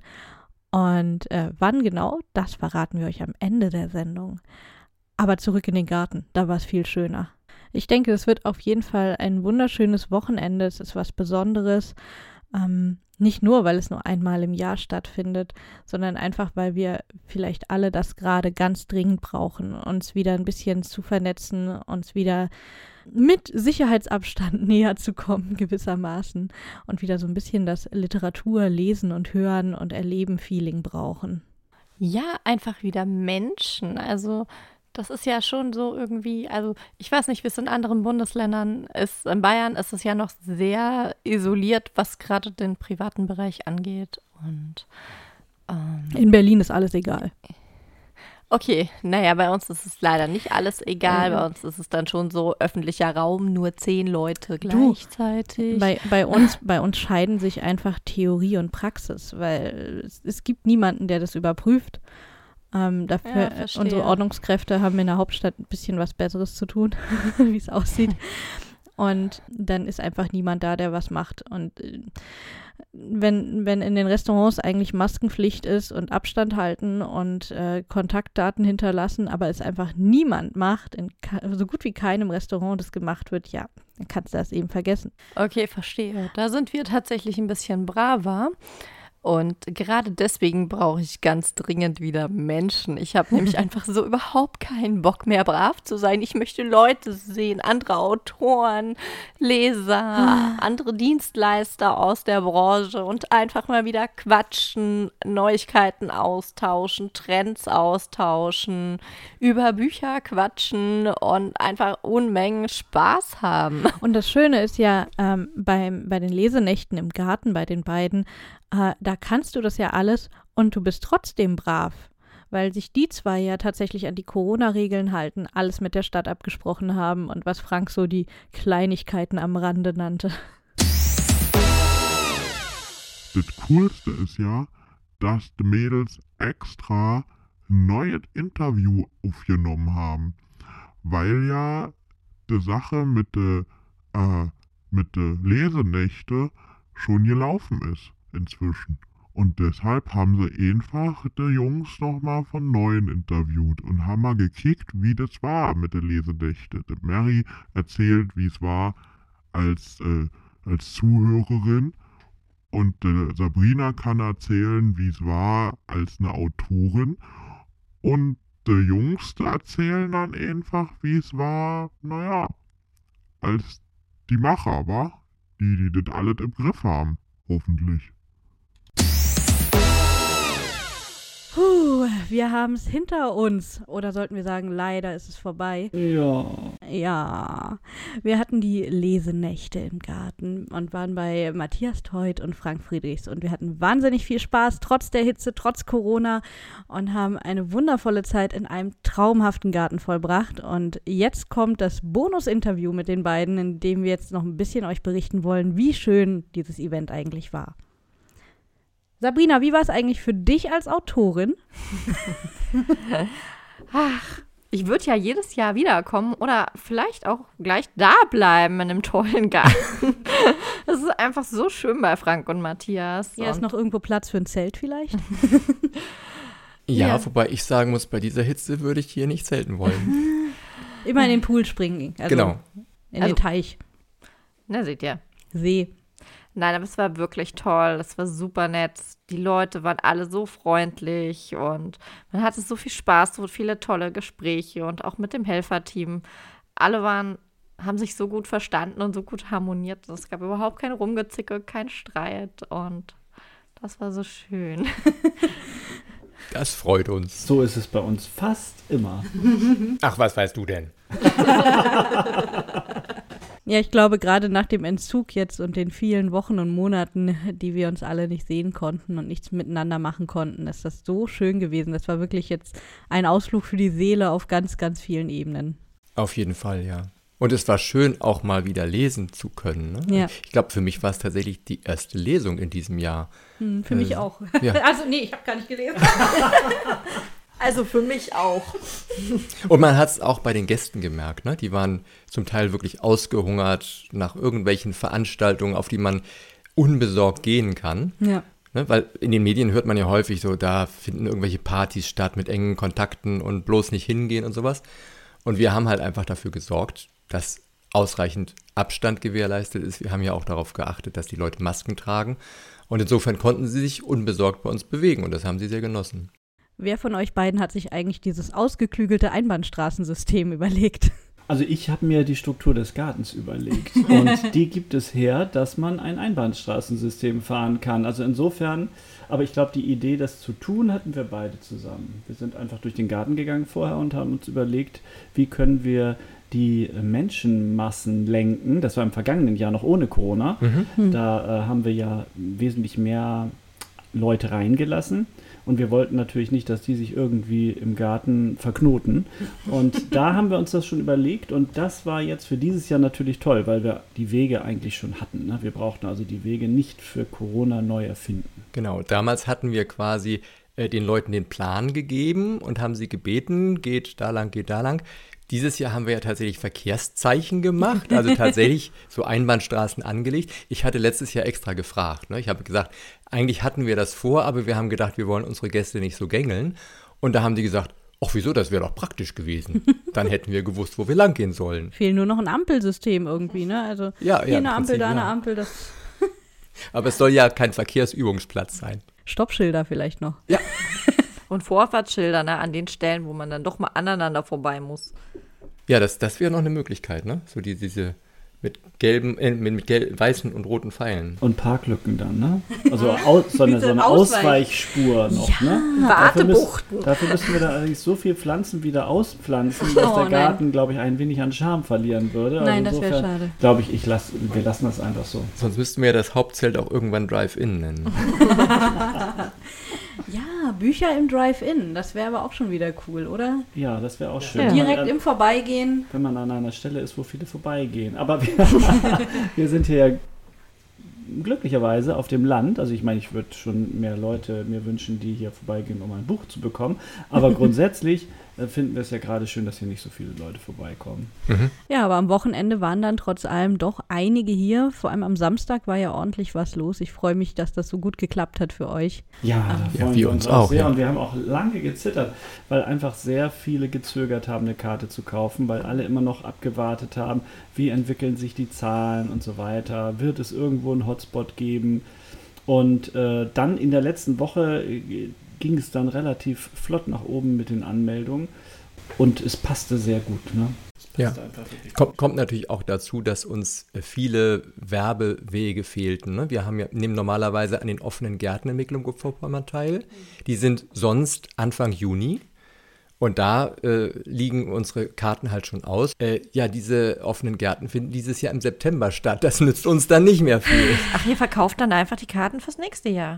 Und äh, wann genau, das verraten wir euch am Ende der Sendung. Aber zurück in den Garten, da war es viel schöner. Ich denke, es wird auf jeden Fall ein wunderschönes Wochenende. Es ist was Besonderes. Ähm, nicht nur, weil es nur einmal im Jahr stattfindet, sondern einfach, weil wir vielleicht alle das gerade ganz dringend brauchen, uns wieder ein bisschen zu vernetzen, uns wieder mit Sicherheitsabstand näher zu kommen gewissermaßen und wieder so ein bisschen das Literatur lesen und hören und erleben Feeling brauchen. Ja, einfach wieder Menschen. Also das ist ja schon so irgendwie, also ich weiß nicht, wie es in anderen Bundesländern ist. In Bayern ist es ja noch sehr isoliert, was gerade den privaten Bereich angeht. Und ähm, In Berlin ist alles egal. okay, naja, bei uns ist es leider nicht alles egal. Ja. Bei uns ist es dann schon so öffentlicher Raum, nur zehn Leute Du, gleichzeitig. Bei, bei, uns, bei uns scheiden sich einfach Theorie und Praxis, weil es, es gibt niemanden, der das überprüft. Ähm, dafür, Ja, verstehe. unsere Ordnungskräfte haben in der Hauptstadt ein bisschen was Besseres zu tun, wie es aussieht. Und dann ist einfach niemand da, der was macht. Und äh, wenn, wenn in den Restaurants eigentlich Maskenpflicht ist und Abstand halten und äh, Kontaktdaten hinterlassen, aber es einfach niemand macht, in ka- so gut wie keinem Restaurant das gemacht wird, ja, dann kannst du das eben vergessen. Okay, verstehe. Da sind wir tatsächlich ein bisschen braver. Und gerade deswegen brauche ich ganz dringend wieder Menschen. Ich habe nämlich einfach so überhaupt keinen Bock mehr, brav zu sein. Ich möchte Leute sehen, andere Autoren, Leser, andere Dienstleister aus der Branche und einfach mal wieder quatschen, Neuigkeiten austauschen, Trends austauschen, über Bücher quatschen und einfach Unmengen Spaß haben. Und das Schöne ist ja, ähm, beim, bei den Lesenächten im Garten, bei den beiden, äh, da kannst du das ja alles und du bist trotzdem brav, weil sich die zwei ja tatsächlich an die Corona-Regeln halten, alles mit der Stadt abgesprochen haben und was Frank so die Kleinigkeiten am Rande nannte. Das Coolste ist ja, dass die Mädels extra ein neues Interview aufgenommen haben, weil ja die Sache mit der äh, mit der Lesenächte schon gelaufen ist inzwischen. Und deshalb haben sie einfach die Jungs nochmal von Neuem interviewt und haben mal gekickt, wie das war mit der Lesenächte. Die Mary erzählt, wie es war als, äh, als Zuhörerin. Und äh, Sabrina kann erzählen, wie es war als eine Autorin. Und die Jungs die erzählen dann einfach, wie es war, naja, als die Macher, wa? Die, die das alles im Griff haben, hoffentlich. Puh, Puh, wir haben es hinter uns. Oder sollten wir sagen, leider ist es vorbei. Ja. Ja, wir hatten die Lesenächte im Garten und waren bei Matthias Teut und Frank Friedrichs. Und wir hatten wahnsinnig viel Spaß, trotz der Hitze, trotz Corona. Und haben eine wundervolle Zeit in einem traumhaften Garten vollbracht. Und jetzt kommt das Bonus-Interview mit den beiden, in dem wir jetzt noch ein bisschen euch berichten wollen, wie schön dieses Event eigentlich war. Sabrina, wie war es eigentlich für dich als Autorin? Ach, ich würde ja jedes Jahr wiederkommen oder vielleicht auch gleich da bleiben in einem tollen Garten. Es ist einfach so schön bei Frank und Matthias. Ja, ist noch irgendwo Platz für ein Zelt vielleicht? Ja, Ja. wobei ich sagen muss, bei dieser Hitze würde ich hier nicht zelten wollen. Immer in den Pool springen. Also Genau. in Also- den Teich, Na, seht ihr. See. Nein, aber es war wirklich toll. Es war super nett. Die Leute waren alle so freundlich und man hatte so viel Spaß, so viele tolle Gespräche und auch mit dem Helferteam. Alle waren, haben sich so gut verstanden und so gut harmoniert. Es gab überhaupt kein Rumgezicke, kein Streit und das war so schön. Das freut uns. So ist es bei uns fast immer. Ach, was weißt du denn? Ja, ich glaube, gerade nach dem Entzug jetzt und den vielen Wochen und Monaten, die wir uns alle nicht sehen konnten und nichts miteinander machen konnten, ist das so schön gewesen. Das war wirklich jetzt ein Ausflug für die Seele auf ganz, ganz vielen Ebenen. Auf jeden Fall, ja. Und es war schön, auch mal wieder lesen zu können. Ne? Ja. Ich glaube, für mich war es tatsächlich die erste Lesung in diesem Jahr. Hm, für mich Äh, auch. ja. Also, nee, ich habe gar nicht gelesen. Also für mich auch. Und man hat es auch bei den Gästen gemerkt, ne? Die waren zum Teil wirklich ausgehungert nach irgendwelchen Veranstaltungen, auf die man unbesorgt gehen kann. Ja. Ne? Weil in den Medien hört man ja häufig so, da finden irgendwelche Partys statt mit engen Kontakten und bloß nicht hingehen und sowas. Und wir haben halt einfach dafür gesorgt, dass ausreichend Abstand gewährleistet ist. Wir haben ja auch darauf geachtet, dass die Leute Masken tragen. Und insofern konnten sie sich unbesorgt bei uns bewegen und das haben sie sehr genossen. Wer von euch beiden hat sich eigentlich dieses ausgeklügelte Einbahnstraßensystem überlegt? Also ich habe mir die Struktur des Gartens überlegt und die gibt es her, dass man ein Einbahnstraßensystem fahren kann. Also insofern, aber ich glaube, die Idee, das zu tun, hatten wir beide zusammen. Wir sind einfach durch den Garten gegangen vorher und haben uns überlegt, wie können wir die Menschenmassen lenken. Das war im vergangenen Jahr noch ohne Corona. Mhm. Da äh, haben wir ja wesentlich mehr Leute reingelassen. Und wir wollten natürlich nicht, dass die sich irgendwie im Garten verknoten. Und da haben wir uns das schon überlegt. Und das war jetzt für dieses Jahr natürlich toll, weil wir die Wege eigentlich schon hatten. Ne? Wir brauchten also die Wege nicht für Corona neu erfinden. Genau, damals hatten wir quasi äh, den Leuten den Plan gegeben und haben sie gebeten, geht da lang, geht da lang. Dieses Jahr haben wir ja tatsächlich Verkehrszeichen gemacht, also tatsächlich so Einbahnstraßen angelegt. Ich hatte letztes Jahr extra gefragt. Ne? Ich habe gesagt, eigentlich hatten wir das vor, aber wir haben gedacht, wir wollen unsere Gäste nicht so gängeln. Und da haben die gesagt, ach wieso, das wäre doch praktisch gewesen. Dann hätten wir gewusst, wo wir lang gehen sollen. Fehlt nur noch ein Ampelsystem irgendwie, ne? Also Ja, hier ja, im eine Ampel, Prinzip, da eine ja. Ampel, das Aber es soll ja kein Verkehrsübungsplatz sein. Stoppschilder vielleicht noch. Und Vorfahrtsschilder, ne, an den Stellen, wo man dann doch mal aneinander vorbei muss. Ja, das, das wäre noch eine Möglichkeit, ne? So die, diese mit gelben, äh, mit, mit gel weißen und roten Pfeilen. Und Parklücken dann, ne? Also aus, so eine, so eine Ausweich- Ausweichspur noch, ne? Wartebuchten. Dafür, müssen, dafür müssen wir da allerdings so viel Pflanzen wieder auspflanzen, dass Oh, der nein. Garten, glaube ich, ein wenig an Charme verlieren würde. Also Nein, das wäre insofern schade. glaube ich, ich lass, wir lassen das einfach so. Sonst müssten wir das Hauptzelt auch irgendwann Drive-In nennen. Ja, Bücher im Drive-In, das wäre aber auch schon wieder cool, oder? Ja, das wäre auch schön. Ja. Wenn man, Direkt äh, im Vorbeigehen. wenn man an einer Stelle ist, wo viele vorbeigehen. Aber wir, wir sind hier ja glücklicherweise auf dem Land. Also ich meine, ich würde schon mehr Leute mir wünschen, die hier vorbeigehen, um ein Buch zu bekommen. Aber grundsätzlich äh, finden wir es ja gerade schön, dass hier nicht so viele Leute vorbeikommen. Ja, aber am Wochenende waren dann trotz allem doch einige hier. Vor allem am Samstag war ja ordentlich was los. Ich freue mich, dass das so gut geklappt hat für euch. Ja, da Ja, freuen wir wir uns uns auch auch, sehr. ja. Und wir haben auch lange gezittert, weil einfach sehr viele gezögert haben, eine Karte zu kaufen, weil alle immer noch abgewartet haben, wie entwickeln sich die Zahlen und so weiter. Wird es irgendwo einen Hotspot geben? Und äh, dann in der letzten Woche äh, ging es dann relativ flott nach oben mit den Anmeldungen. Und es passte sehr gut, ne? Ja. ist einfach wirklich Kommt, kommt natürlich auch dazu, dass uns äh, viele Werbewege fehlten. Ne? Wir haben ja, nehmen normalerweise an den offenen Gärten in Mecklenburg-Vorpommern teil. Die sind sonst Anfang Juni. Und da äh, liegen unsere Karten halt schon aus. Äh, ja, diese offenen Gärten finden dieses Jahr im September statt. Das nützt uns dann nicht mehr viel. Ach, ihr verkauft dann einfach die Karten fürs nächste Jahr.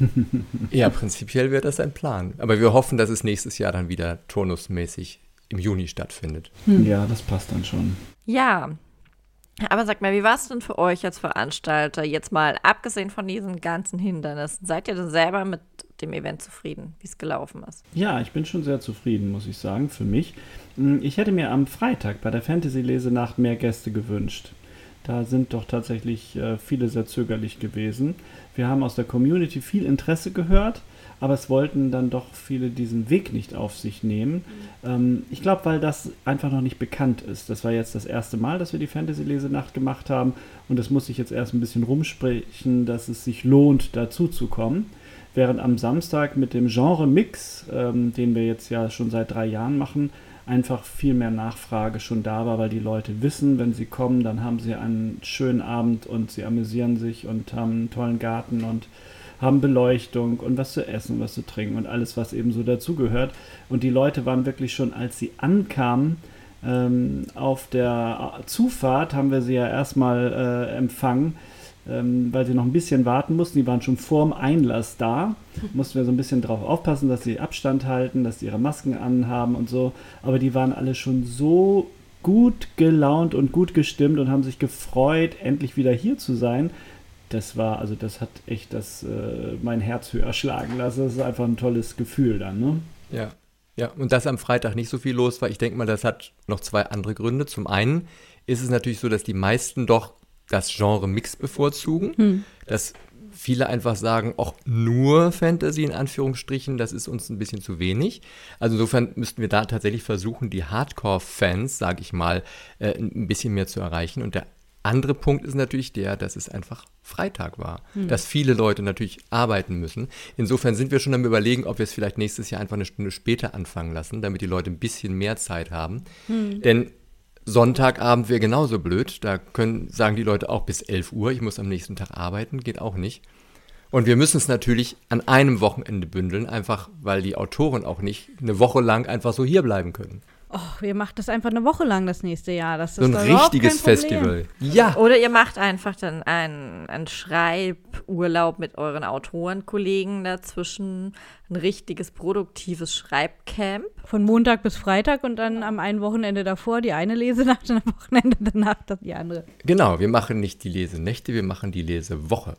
Ja, prinzipiell wäre das ein Plan. Aber wir hoffen, dass es nächstes Jahr dann wieder turnusmäßig im Juni stattfindet. Ja, das passt dann schon. Ja, aber sag mal, wie war es denn für euch als Veranstalter, jetzt mal abgesehen von diesen ganzen Hindernissen? Seid ihr denn selber mit dem Event zufrieden, wie es gelaufen ist? Ja, ich bin schon sehr zufrieden, muss ich sagen, für mich. Ich hätte mir am Freitag bei der Fantasy-Lesenacht mehr Gäste gewünscht. Da sind doch tatsächlich äh, viele sehr zögerlich gewesen. Wir haben aus der Community viel Interesse gehört, aber es wollten dann doch viele diesen Weg nicht auf sich nehmen. Ähm, ich glaube, weil das einfach noch nicht bekannt ist. Das war jetzt das erste Mal, dass wir die Fantasy-Lesenacht gemacht haben und das muss ich jetzt erst ein bisschen rumsprechen, dass es sich lohnt, dazu zu kommen. Während am Samstag mit dem Genre-Mix, ähm, den wir jetzt ja schon seit drei Jahren machen, einfach viel mehr Nachfrage schon da war, weil die Leute wissen, wenn sie kommen, dann haben sie einen schönen Abend und sie amüsieren sich und haben einen tollen Garten und haben Beleuchtung und was zu essen, was zu trinken und alles, was eben so dazugehört. Und die Leute waren wirklich schon, als sie ankamen, ähm, auf der Zufahrt haben wir sie ja erstmal äh, empfangen, ähm, weil sie noch ein bisschen warten mussten. Die waren schon vorm Einlass da. Mussten wir so ein bisschen drauf aufpassen, dass sie Abstand halten, dass sie ihre Masken anhaben und so. Aber die waren alle schon so gut gelaunt und gut gestimmt und haben sich gefreut, endlich wieder hier zu sein. Das war, also das hat echt das, äh, mein Herz höher schlagen lassen. Das ist einfach ein tolles Gefühl dann, ne? Ja. Ja, und dass am Freitag nicht so viel los war, ich denke mal, das hat noch zwei andere Gründe. Zum einen ist es natürlich so, dass die meisten doch das Genre Mix bevorzugen, hm. dass viele einfach sagen, auch nur Fantasy in Anführungsstrichen, das ist uns ein bisschen zu wenig. Also insofern müssten wir da tatsächlich versuchen, die Hardcore-Fans, sage ich mal, äh, ein bisschen mehr zu erreichen. Und der andere Punkt ist natürlich der, dass es einfach Freitag war, hm. dass viele Leute natürlich arbeiten müssen. Insofern sind wir schon am Überlegen, ob wir es vielleicht nächstes Jahr einfach eine Stunde später anfangen lassen, damit die Leute ein bisschen mehr Zeit haben. Hm. Denn Sonntagabend wäre genauso blöd. Da können, sagen die Leute auch bis elf Uhr, ich muss am nächsten Tag arbeiten, geht auch nicht. Und wir müssen es natürlich an einem Wochenende bündeln, einfach weil die Autoren auch nicht eine Woche lang einfach so hier bleiben können. Oh, ihr macht das einfach eine Woche lang das nächste Jahr. Das so ist ein richtiges Festival. Ja. Oder ihr macht einfach dann einen, einen Schreiburlaub mit euren Autorenkollegen dazwischen. Ein richtiges, produktives Schreibcamp. Von Montag bis Freitag und dann am einen Wochenende davor die eine Lesenacht und am Wochenende danach das die andere. Genau, wir machen nicht die Lesenächte, wir machen die Lesewoche.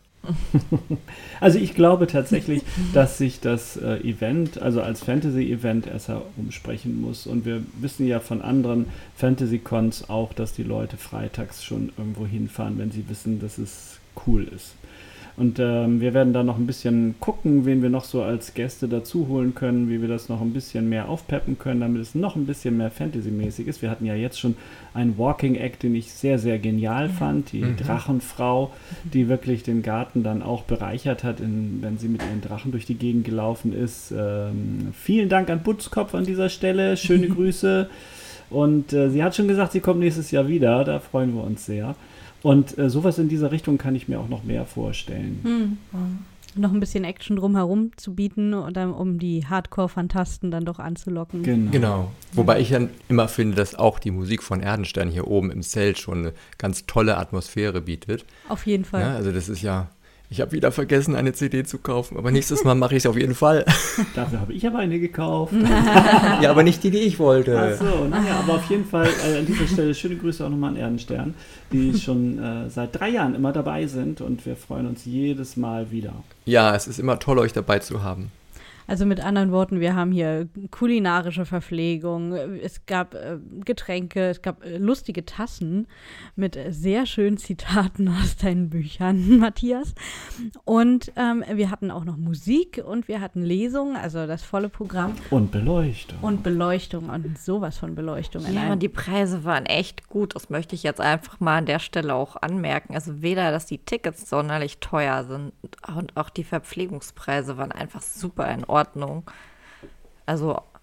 Also ich glaube tatsächlich, dass sich das äh, Event, also als Fantasy-Event erst herumsprechen muss. Und wir wissen ja von anderen Fantasy-Cons auch, dass die Leute freitags schon irgendwo hinfahren, wenn sie wissen, dass es cool ist. Und ähm, wir werden da noch ein bisschen gucken, wen wir noch so als Gäste dazu holen können, wie wir das noch ein bisschen mehr aufpeppen können, damit es noch ein bisschen mehr Fantasy-mäßig ist. Wir hatten ja jetzt schon einen Walking Act, den ich sehr, sehr genial fand, die mhm. Drachenfrau, die wirklich den Garten dann auch bereichert hat, in, wenn sie mit ihren Drachen durch die Gegend gelaufen ist. Ähm, vielen Dank an Butzkopf an dieser Stelle, schöne Grüße. Und äh, sie hat schon gesagt, sie kommt nächstes Jahr wieder, da freuen wir uns sehr. Und äh, sowas in dieser Richtung kann ich mir auch noch mehr vorstellen. Hm. Noch ein bisschen Action drumherum zu bieten, und dann, um die Hardcore-Fantasten dann doch anzulocken. Genau. genau. Wobei ich dann immer finde, dass auch die Musik von Erdenstern hier oben im Zelt schon eine ganz tolle Atmosphäre bietet. Auf jeden Fall. Ja, also das ist ja, ich habe wieder vergessen, eine C D zu kaufen, aber nächstes Mal mache ich es auf jeden Fall. Dafür habe ich aber eine gekauft. Ja, aber nicht die, die ich wollte. Ach so, naja, aber auf jeden Fall äh, an dieser Stelle schöne Grüße auch nochmal an Erdenstern, die schon äh, seit drei Jahren immer dabei sind und wir freuen uns jedes Mal wieder. Ja, es ist immer toll, euch dabei zu haben. Also mit anderen Worten, wir haben hier kulinarische Verpflegung, es gab äh, Getränke, es gab äh, lustige Tassen mit äh, sehr schönen Zitaten aus deinen Büchern, Matthias. Und ähm, wir hatten auch noch Musik und wir hatten Lesungen, also das volle Programm. Und Beleuchtung. Und Beleuchtung und sowas von Beleuchtung. Ja, und die Preise waren echt gut, das möchte ich jetzt einfach mal an der Stelle auch anmerken. Also weder, dass die Tickets sonderlich teuer sind und auch die Verpflegungspreise waren einfach super in Ordnung. Also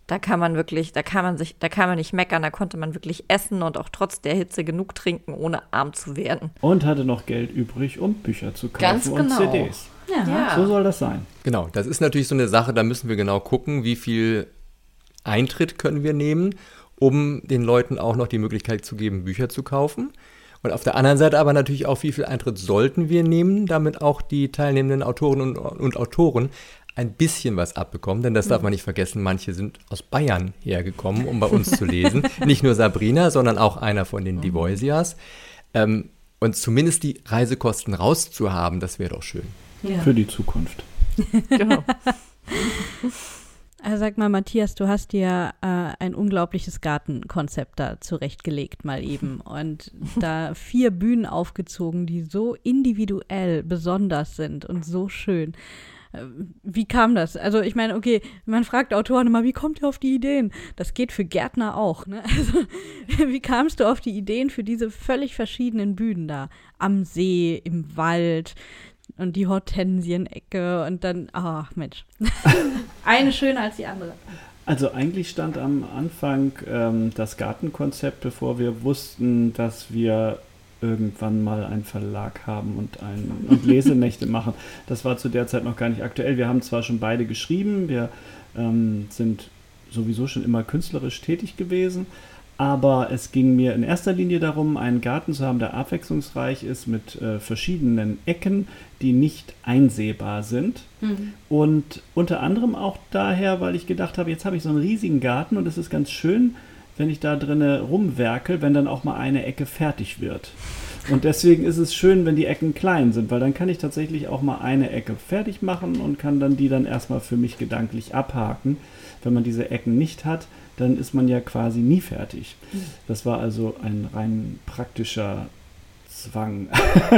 Da kann man wirklich, da kann man sich, da kann man nicht meckern, da konnte man wirklich essen und auch trotz der Hitze genug trinken, ohne arm zu werden. Und hatte noch Geld übrig, um Bücher zu kaufen Ganz und genau. C Ds. Ja. Ja. So soll das sein. Genau, das ist natürlich so eine Sache, da müssen wir genau gucken, wie viel Eintritt können wir nehmen, um den Leuten auch noch die Möglichkeit zu geben, Bücher zu kaufen. Und auf der anderen Seite aber natürlich auch, wie viel Eintritt sollten wir nehmen, damit auch die teilnehmenden Autorinnen und, und Autoren ein bisschen was abbekommen. Denn das darf man nicht vergessen, manche sind aus Bayern hergekommen, um bei uns zu lesen. Nicht nur Sabrina, sondern auch einer von den Devoisias. Ähm, und zumindest die Reisekosten rauszuhaben, das wäre doch schön. Ja. Für die Zukunft. Genau. Also sag mal, Matthias, du hast dir äh, ein unglaubliches Gartenkonzept da zurechtgelegt mal eben und da vier Bühnen aufgezogen, die so individuell besonders sind und so schön. Äh, Wie kam das? Also ich meine, okay, man fragt Autoren immer, wie kommt ihr auf die Ideen? Das geht für Gärtner auch, ne? Also wie kamst du auf die Ideen für diese völlig verschiedenen Bühnen da? Am See, im Wald und die Hortensienecke und dann, ach Mensch, eine schöner als die andere. Also eigentlich stand am Anfang ähm, das Gartenkonzept, bevor wir wussten, dass wir irgendwann mal einen Verlag haben und, ein, und Lesenächte machen. Das war zu der Zeit noch gar nicht aktuell. Wir haben zwar schon beide geschrieben, wir ähm, sind sowieso schon immer künstlerisch tätig gewesen, aber es ging mir in erster Linie darum, einen Garten zu haben, der abwechslungsreich ist mit äh, verschiedenen Ecken, die nicht einsehbar sind. Mhm. Und unter anderem auch daher, weil ich gedacht habe, jetzt habe ich so einen riesigen Garten und es ist ganz schön, wenn ich da drinnen rumwerkel, wenn dann auch mal eine Ecke fertig wird. Und deswegen ist es schön, wenn die Ecken klein sind, weil dann kann ich tatsächlich auch mal eine Ecke fertig machen und kann dann die dann erstmal für mich gedanklich abhaken. Wenn man diese Ecken nicht hat, dann ist man ja quasi nie fertig. Das war also ein rein praktischer Zwang.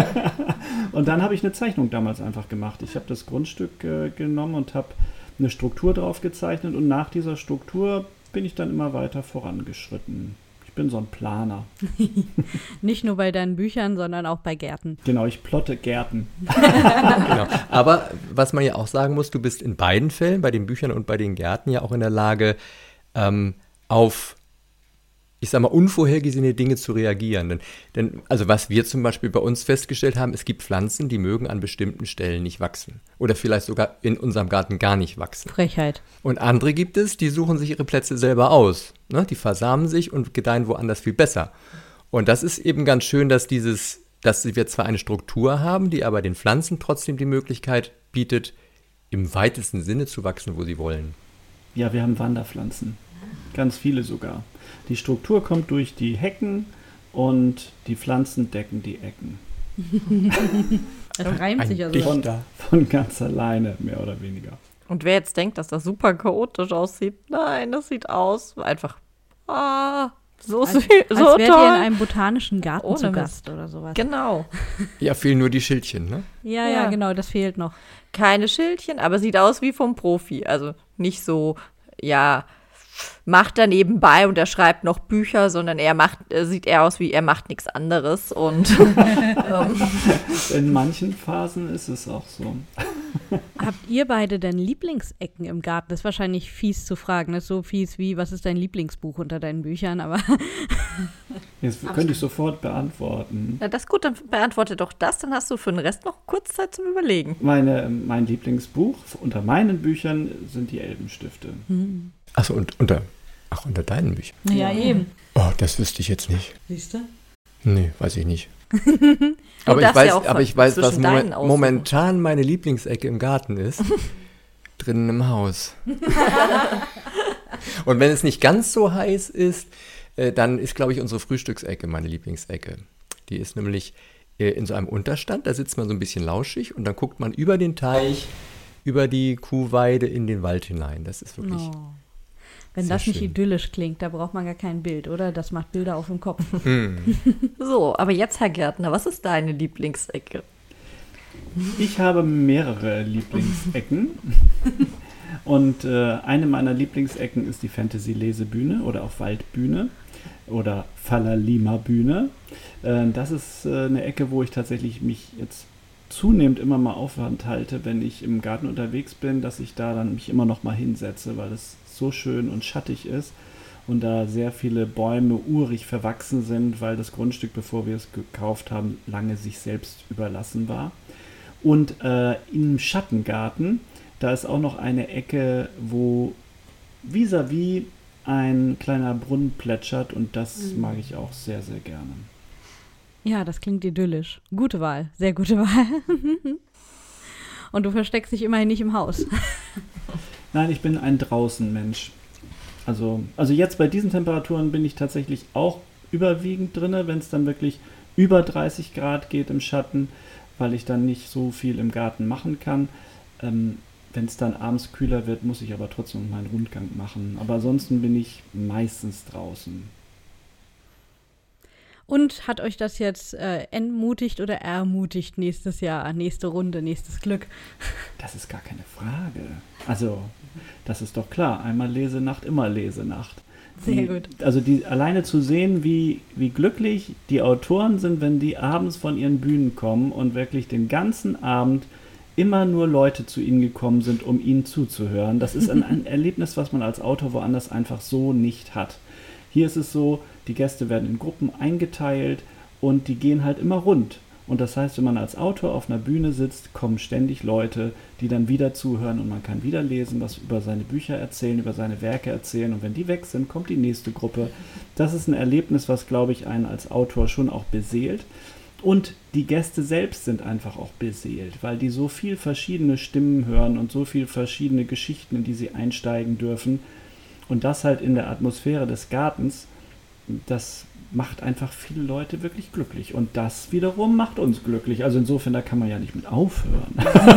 Und dann habe ich eine Zeichnung damals einfach gemacht. Ich habe das Grundstück äh, genommen und habe eine Struktur drauf gezeichnet und nach dieser Struktur bin ich dann immer weiter vorangeschritten. Ich bin so ein Planer. Nicht nur bei deinen Büchern, sondern auch bei Gärten. Genau, ich plotte Gärten. Genau. Aber was man ja auch sagen muss, du bist in beiden Fällen, bei den Büchern und bei den Gärten, ja auch in der Lage, ähm, auf, ich sag mal, unvorhergesehene Dinge zu reagieren. Denn, denn, also was wir zum Beispiel bei uns festgestellt haben, es gibt Pflanzen, die mögen an bestimmten Stellen nicht wachsen. Oder vielleicht sogar in unserem Garten gar nicht wachsen. Frechheit. Und andere gibt es, die suchen sich ihre Plätze selber aus. Ne? Die versamen sich und gedeihen woanders viel besser. Und das ist eben ganz schön, dass dieses, dass wir zwar eine Struktur haben, die aber den Pflanzen trotzdem die Möglichkeit bietet, im weitesten Sinne zu wachsen, wo sie wollen. Ja, wir haben Wanderpflanzen. Ganz viele sogar. Die Struktur kommt durch die Hecken und die Pflanzen decken die Ecken. Das reimt Ein sich ja so. Dichter. Von, von ganz alleine, mehr oder weniger. Und wer jetzt denkt, dass das super chaotisch aussieht, nein, das sieht aus einfach, ah, so, Als, so, als so wärt ihr in toll. einem botanischen Garten Ohne zu Mist. Gast oder sowas. Genau. Ja, fehlen nur die Schildchen, ne? Ja, ja, Ja. genau, das fehlt noch. Keine Schildchen, aber sieht aus wie vom Profi. Also nicht so, ja, macht er nebenbei und er schreibt noch Bücher, sondern er macht, äh, sieht eher aus wie, er macht nichts anderes. Und ähm, In manchen Phasen ist es auch so. Habt ihr beide denn Lieblingsecken im Garten? Das ist wahrscheinlich fies zu fragen. Das ist so fies wie, was ist dein Lieblingsbuch unter deinen Büchern? Aber Jetzt könnte ich sofort beantworten. ja, das ist gut, dann beantworte doch das, dann hast du für den Rest noch kurz Zeit zum Überlegen. Meine, mein Lieblingsbuch unter meinen Büchern sind die Elbenstifte. Achso, und unter, ach, unter deinen Büchern. ja, eben. Oh, das wüsste ich jetzt nicht. Siehst du? Nee, weiß ich nicht. aber, ich darfst weiß, ja auch aber ich weiß, was zwischen deinen momen- aussuchen. momentan meine Lieblingsecke im Garten ist. Drinnen im Haus. Und wenn es nicht ganz so heiß ist, äh, dann ist, glaube ich, unsere Frühstücksecke meine Lieblingsecke. Die ist nämlich äh, in so einem Unterstand, da sitzt man so ein bisschen lauschig und dann guckt man über den Teich, über die Kuhweide in den Wald hinein. Das ist wirklich Oh. Wenn Sehr das nicht schön. idyllisch klingt, da braucht man gar kein Bild, oder? Das macht Bilder auf dem Kopf. So, aber jetzt, Herr Gärtner, was ist deine Lieblingsecke? Ich habe mehrere Lieblingsecken. Und äh, eine meiner Lieblingsecken ist die Fantasy-Lesebühne oder auch Waldbühne oder Falalima-Bühne. Äh, das ist äh, eine Ecke, wo ich tatsächlich mich jetzt zunehmend immer mal Aufwand halte, wenn ich im Garten unterwegs bin, dass ich da dann mich immer noch mal hinsetze, weil es so schön und schattig ist und da sehr viele Bäume urig verwachsen sind, weil das Grundstück, bevor wir es gekauft haben, lange sich selbst überlassen war. Und äh, im Schattengarten, da ist auch noch eine Ecke, wo vis-à-vis ein kleiner Brunnen plätschert und das mag ich auch sehr, sehr gerne. Ja, das klingt idyllisch. Gute Wahl, sehr gute Wahl. Und du versteckst dich immerhin nicht im Haus. Nein, ich bin ein Draußenmensch. Also, also jetzt bei diesen Temperaturen bin ich tatsächlich auch überwiegend drin, wenn es dann wirklich über dreißig Grad geht im Schatten, weil ich dann nicht so viel im Garten machen kann. Ähm, wenn es dann abends kühler wird, muss ich aber trotzdem meinen Rundgang machen. Aber ansonsten bin ich meistens draußen. Und hat euch das jetzt äh, entmutigt oder ermutigt nächstes Jahr, nächste Runde, nächstes Glück? Das ist gar keine Frage. Also, das ist doch klar. Einmal Lesenacht, immer Lesenacht. Sehr die, gut. Also die, alleine zu sehen, wie, wie glücklich die Autoren sind, wenn die abends von ihren Bühnen kommen und wirklich den ganzen Abend immer nur Leute zu ihnen gekommen sind, um ihnen zuzuhören. Das ist ein, ein Erlebnis, was man als Autor woanders einfach so nicht hat. Hier ist es so, die Gäste werden in Gruppen eingeteilt und die gehen halt immer rund. Und das heißt, wenn man als Autor auf einer Bühne sitzt, kommen ständig Leute, die dann wieder zuhören und man kann wieder lesen, was über seine Bücher erzählen, über seine Werke erzählen. Und wenn die weg sind, kommt die nächste Gruppe. Das ist ein Erlebnis, was, glaube ich, einen als Autor schon auch beseelt. Und die Gäste selbst sind einfach auch beseelt, weil die so viel verschiedene Stimmen hören und so viel verschiedene Geschichten, in die sie einsteigen dürfen. Und das halt in der Atmosphäre des Gartens, das macht einfach viele Leute wirklich glücklich. Und das wiederum macht uns glücklich. Also insofern, da kann man ja nicht mit aufhören.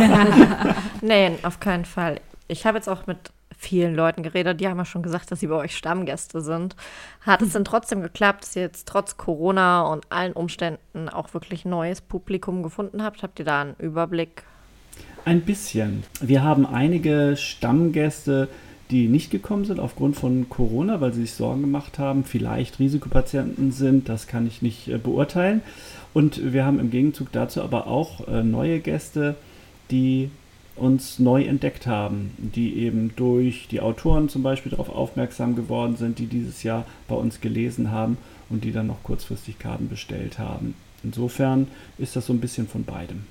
Nee, auf keinen Fall. Ich habe jetzt auch mit vielen Leuten geredet, die haben ja schon gesagt, dass sie bei euch Stammgäste sind. Hat es denn trotzdem geklappt, dass ihr jetzt trotz Corona und allen Umständen auch wirklich neues Publikum gefunden habt? Habt ihr da einen Überblick? Ein bisschen. Wir haben einige Stammgäste, die nicht gekommen sind aufgrund von Corona, weil sie sich Sorgen gemacht haben, vielleicht Risikopatienten sind, das kann ich nicht äh, beurteilen. Und wir haben im Gegenzug dazu aber auch äh, neue Gäste, die uns neu entdeckt haben, die eben durch die Autoren zum Beispiel darauf aufmerksam geworden sind, die dieses Jahr bei uns gelesen haben und die dann noch kurzfristig Karten bestellt haben. Insofern ist das so ein bisschen von beidem.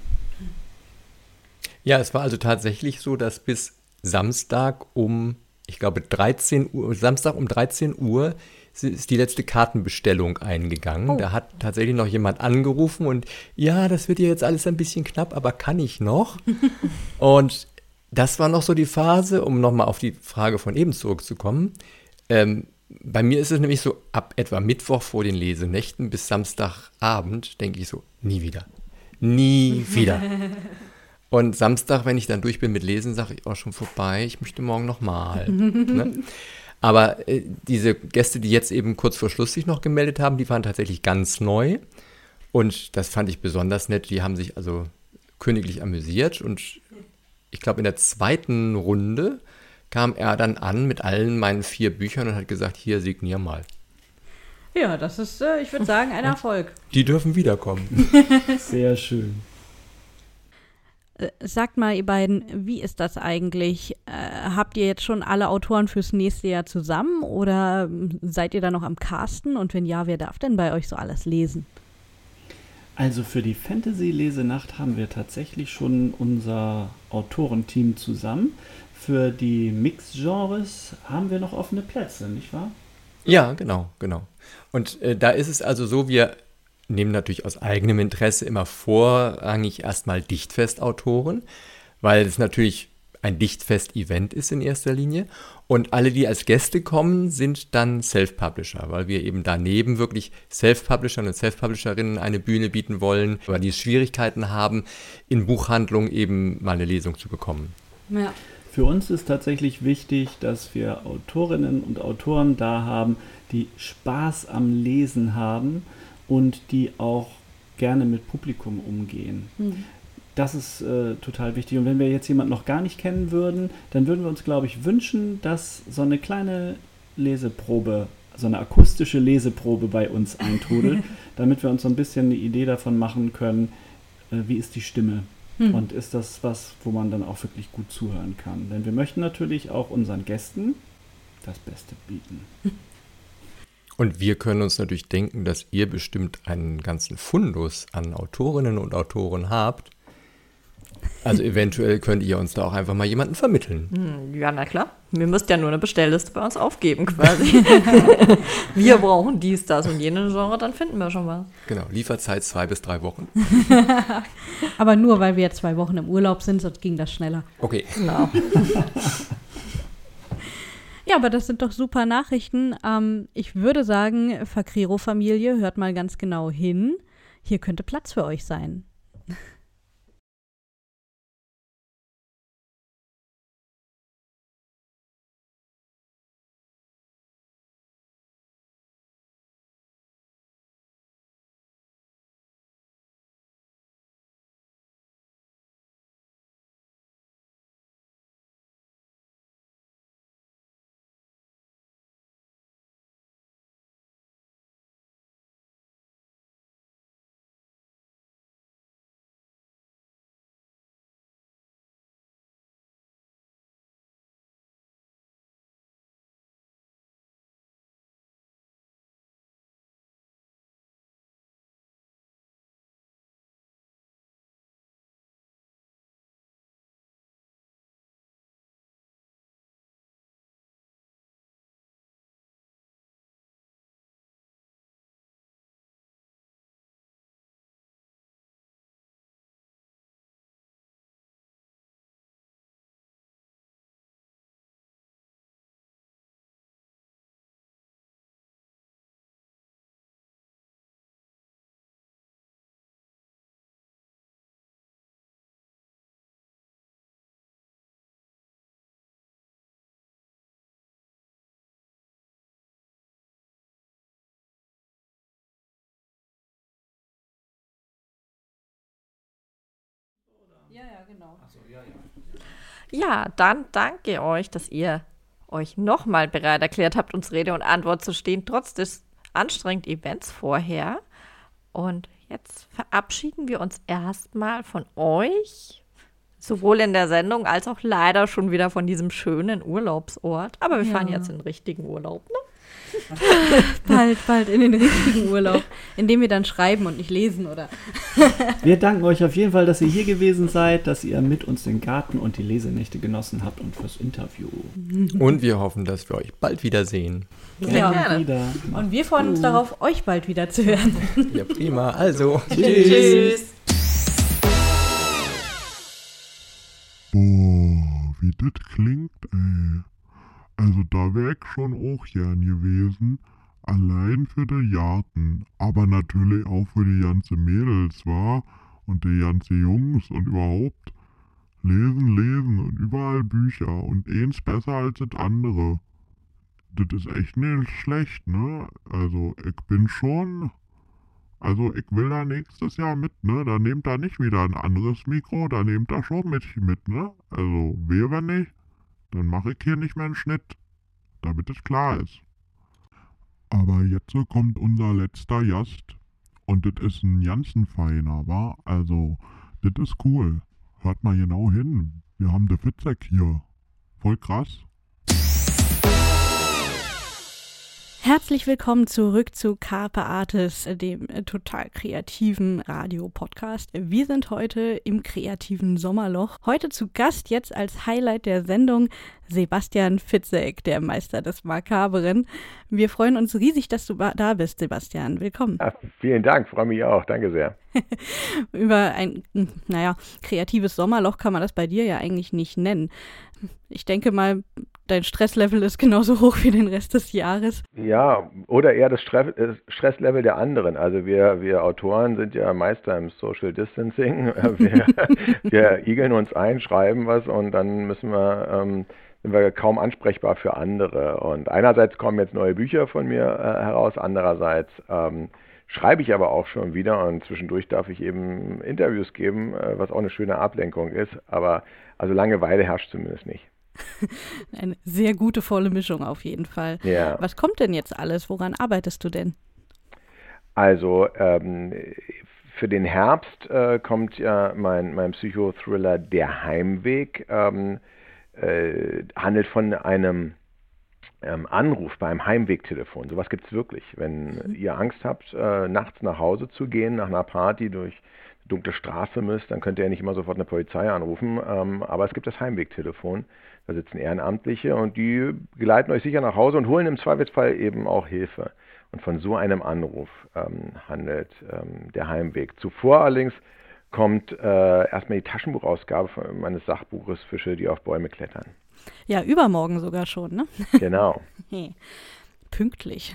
Ja, es war also tatsächlich so, dass bis Samstag um, ich glaube, dreizehn Uhr, Samstag um dreizehn Uhr ist die letzte Kartenbestellung eingegangen. Oh. Da hat tatsächlich noch jemand angerufen und ja, das wird ja jetzt alles ein bisschen knapp, aber kann ich noch? Und das war noch so die Phase, um nochmal auf die Frage von eben zurückzukommen. Ähm, bei mir ist es nämlich so, ab etwa Mittwoch vor den Lesenächten bis Samstagabend denke ich so, nie wieder. Nie wieder. Und Samstag, wenn ich dann durch bin mit Lesen, sage ich auch schon vorbei, ich möchte morgen nochmal. Ne? Aber äh, diese Gäste, die jetzt eben kurz vor Schluss sich noch gemeldet haben, die waren tatsächlich ganz neu. Und das fand ich besonders nett. Die haben sich also königlich amüsiert. Und ich glaube, in der zweiten Runde kam er dann an mit allen meinen vier Büchern und hat gesagt, hier, signier mal. Ja, das ist, äh, ich würde sagen, ein Erfolg. Die dürfen wiederkommen. Sehr schön. Sagt mal, ihr beiden, wie ist das eigentlich? Äh, habt ihr jetzt schon alle Autoren fürs nächste Jahr zusammen oder seid ihr da noch am Casten? Und wenn ja, wer darf denn bei euch so alles lesen? Also für die Fantasy-Lesenacht haben wir tatsächlich schon unser Autorenteam zusammen. Für die Mix-Genres haben wir noch offene Plätze, nicht wahr? Ja, genau, genau. Und äh, da ist es also so, wir nehmen natürlich aus eigenem Interesse immer vorrangig erstmal Dichtfestautoren, weil es natürlich ein Dichtfest-Event ist in erster Linie. Und alle, die als Gäste kommen, sind dann Self-Publisher, weil wir eben daneben wirklich Self-Publishern und Self-Publisherinnen eine Bühne bieten wollen, weil die Schwierigkeiten haben, in Buchhandlungen eben mal eine Lesung zu bekommen. Ja. Für uns ist tatsächlich wichtig, dass wir Autorinnen und Autoren da haben, die Spaß am Lesen haben und die auch gerne mit Publikum umgehen. Mhm. Das ist äh, total wichtig. Und wenn wir jetzt jemanden noch gar nicht kennen würden, dann würden wir uns, glaube ich, wünschen, dass so eine kleine Leseprobe, so eine akustische Leseprobe bei uns eintrudelt, damit wir uns so ein bisschen eine Idee davon machen können, äh, wie ist die Stimme? Hm. Und ist das was, wo man dann auch wirklich gut zuhören kann? Denn wir möchten natürlich auch unseren Gästen das Beste bieten. Und wir können uns natürlich denken, dass ihr bestimmt einen ganzen Fundus an Autorinnen und Autoren habt. Also eventuell könnt ihr uns da auch einfach mal jemanden vermitteln. Ja, na klar. Wir müsst ja nur eine Bestellliste bei uns aufgeben quasi. Wir brauchen dies, das und jene Genre, dann finden wir schon was. Genau, Lieferzeit zwei bis drei Wochen. Aber nur, weil wir zwei Wochen im Urlaub sind, sonst ging das schneller. Okay. Genau. Ja, aber das sind doch super Nachrichten. Ähm, ich würde sagen, Fakriro-Familie, hört mal ganz genau hin. Hier könnte Platz für euch sein. Ja, ja, genau. Ach so, ja, ja. Ja, dann danke euch, dass ihr euch nochmal bereit erklärt habt, uns Rede und Antwort zu stehen, trotz des anstrengenden Events vorher. Und jetzt verabschieden wir uns erstmal von euch, sowohl in der Sendung als auch leider schon wieder von diesem schönen Urlaubsort. Aber wir Ja. fahren jetzt in den richtigen Urlaub, ne? Bald, bald in den richtigen Urlaub, in dem wir dann schreiben und nicht lesen, oder? Wir danken euch auf jeden Fall, dass ihr hier gewesen seid, dass ihr mit uns den Garten und die Lesenächte genossen habt und fürs Interview. Und wir hoffen, dass wir euch bald wiedersehen. Sehr Ja. gerne. Wieder. Und wir freuen uns darauf, euch bald wieder zu hören. Ja, prima. Also, Tschüss. Boah, wie das klingt, ey. Also da wär ich schon auch gern gewesen. Allein für die Jarten. Aber natürlich auch für die ganze Mädels, wa? Und die ganze Jungs und überhaupt. Lesen, lesen und überall Bücher. Und eins besser als das andere. Das ist echt nicht schlecht, ne? Also ich bin schon... Also ich will da nächstes Jahr mit, ne? Da nehmt da nicht wieder ein anderes Mikro, da nehmt da schon mit, mit, ne? Also wäre nicht, dann mache ich hier nicht mehr einen Schnitt, damit es klar ist. Aber jetzt so kommt unser letzter Gast und das ist ein ganzen feiner, wa? Also, das ist cool. Hört mal genau hin, wir haben den Fitzek hier. Voll krass. Herzlich willkommen zurück zu Carpe Artis, dem äh, total kreativen Radio-Podcast. Wir sind heute im kreativen Sommerloch. Heute zu Gast, jetzt als Highlight der Sendung, Sebastian Fitzek, der Meister des Makaberen. Wir freuen uns riesig, dass du ba- da bist, Sebastian. Willkommen. Ja, vielen Dank, freue mich auch. Danke sehr. Über ein, naja, kreatives Sommerloch kann man das bei dir ja eigentlich nicht nennen. Ich denke mal, dein Stresslevel ist genauso hoch wie den Rest des Jahres. Ja, oder eher das Stress, äh, Stresslevel der anderen. Also wir, wir Autoren sind ja Meister im Social Distancing. Wir, wir igeln uns ein, schreiben was und dann müssen wir, ähm, sind wir kaum ansprechbar für andere. Und einerseits kommen jetzt neue Bücher von mir äh, heraus, andererseits ähm, schreibe ich aber auch schon wieder und zwischendurch darf ich eben Interviews geben, äh, was auch eine schöne Ablenkung ist. Aber also Langeweile herrscht zumindest nicht. Eine sehr gute, volle Mischung auf jeden Fall. Ja. Was kommt denn jetzt alles? Woran arbeitest du denn? Also ähm, für den Herbst äh, kommt ja mein, mein Psychothriller Der Heimweg, ähm, äh, handelt von einem ähm, Anruf beim Heimwegtelefon. Sowas gibt es wirklich. Wenn mhm. ihr Angst habt, äh, nachts nach Hause zu gehen, nach einer Party durch eine dunkle Straße müsst, dann könnt ihr ja nicht immer sofort eine Polizei anrufen, ähm, aber es gibt das Heimwegtelefon. Da sitzen Ehrenamtliche und die geleiten euch sicher nach Hause und holen im Zweifelsfall eben auch Hilfe. Und von so einem Anruf ähm, handelt ähm, Der Heimweg. Zuvor allerdings kommt äh, erstmal die Taschenbuchausgabe meines Sachbuches Fische, die auf Bäume klettern. Ja, übermorgen sogar schon, ne? Genau. Hey, pünktlich.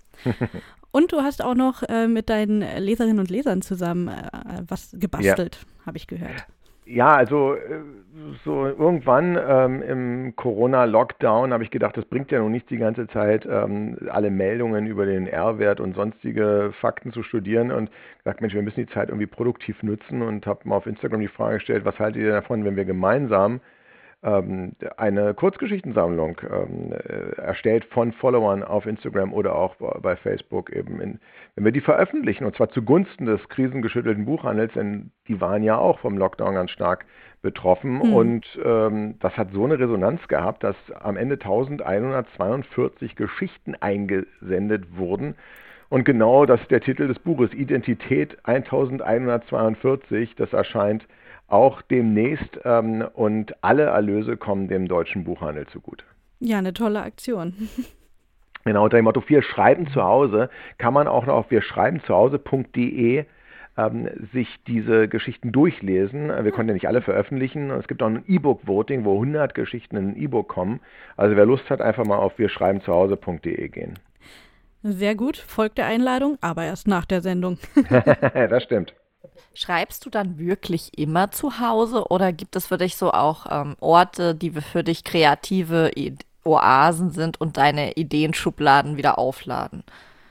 Und du hast auch noch äh, mit deinen Leserinnen und Lesern zusammen äh, was gebastelt, ja. habe ich gehört. Ja, also so irgendwann ähm, im Corona-Lockdown habe ich gedacht, das bringt ja noch nicht die ganze Zeit, ähm, alle Meldungen über den R-Wert und sonstige Fakten zu studieren und gesagt, Mensch, wir müssen die Zeit irgendwie produktiv nutzen und habe mal auf Instagram die Frage gestellt, was haltet ihr davon, wenn wir gemeinsam ähm, eine Kurzgeschichtensammlung ähm, äh, erstellt von Followern auf Instagram oder auch bei Facebook eben, in, wenn wir die veröffentlichen und zwar zugunsten des krisengeschüttelten Buchhandels, denn die waren ja auch vom Lockdown ganz stark betroffen mhm. und ähm, das hat so eine Resonanz gehabt, dass am Ende elfhundertzweiundvierzig Geschichten eingesendet wurden. Und genau das ist der Titel des Buches, Identität elfhundertzweiundvierzig, das erscheint auch demnächst ähm, und alle Erlöse kommen dem deutschen Buchhandel zugute. Ja, eine tolle Aktion. Genau, unter dem Motto Wir schreiben zu Hause kann man auch noch auf wir schreiben zu Hause punkt de ähm, sich diese Geschichten durchlesen. Wir konnten ja nicht alle veröffentlichen. Es gibt auch ein E-Book-Voting, wo hundert Geschichten in ein E-Book kommen. Also wer Lust hat, einfach mal auf wir schreiben zu Hause punkt de gehen. Sehr gut, folgt der Einladung, aber erst nach der Sendung. Das stimmt. Schreibst du dann wirklich immer zu Hause oder gibt es für dich so auch ähm, Orte, die für dich kreative Oasen sind und deine Ideenschubladen wieder aufladen?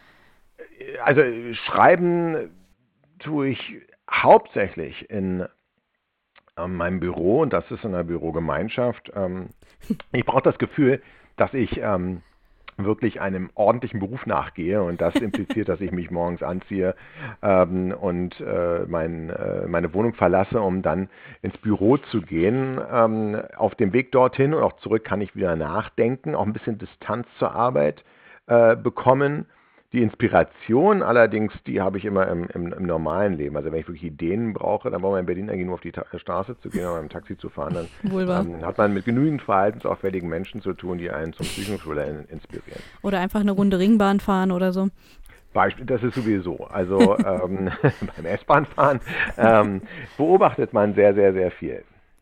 Also schreiben tue ich hauptsächlich in ähm, meinem Büro und das ist in einer Bürogemeinschaft. Ähm, ich brauche das Gefühl, dass ich ähm, wirklich einem ordentlichen Beruf nachgehe und das impliziert, dass ich mich morgens anziehe ähm, und äh, mein, äh, meine Wohnung verlasse, um dann ins Büro zu gehen. Ähm, auf dem Weg dorthin und auch zurück kann ich wieder nachdenken, auch ein bisschen Distanz zur Arbeit äh, bekommen. Die Inspiration allerdings, die habe ich immer im, im, im normalen Leben. Also wenn ich wirklich Ideen brauche, dann braucht man in Berlin eigentlich nur auf die Ta- Straße zu gehen oder mit dem Taxi zu fahren. Dann ähm, hat man mit genügend verhaltensauffälligen Menschen zu tun, die einen zum Psychothriller in, inspirieren. Oder einfach eine Runde Ringbahn fahren oder so. Beispiel, das ist sowieso. Also ähm, beim S-Bahn-Fahren ähm, beobachtet man sehr, sehr, sehr viel.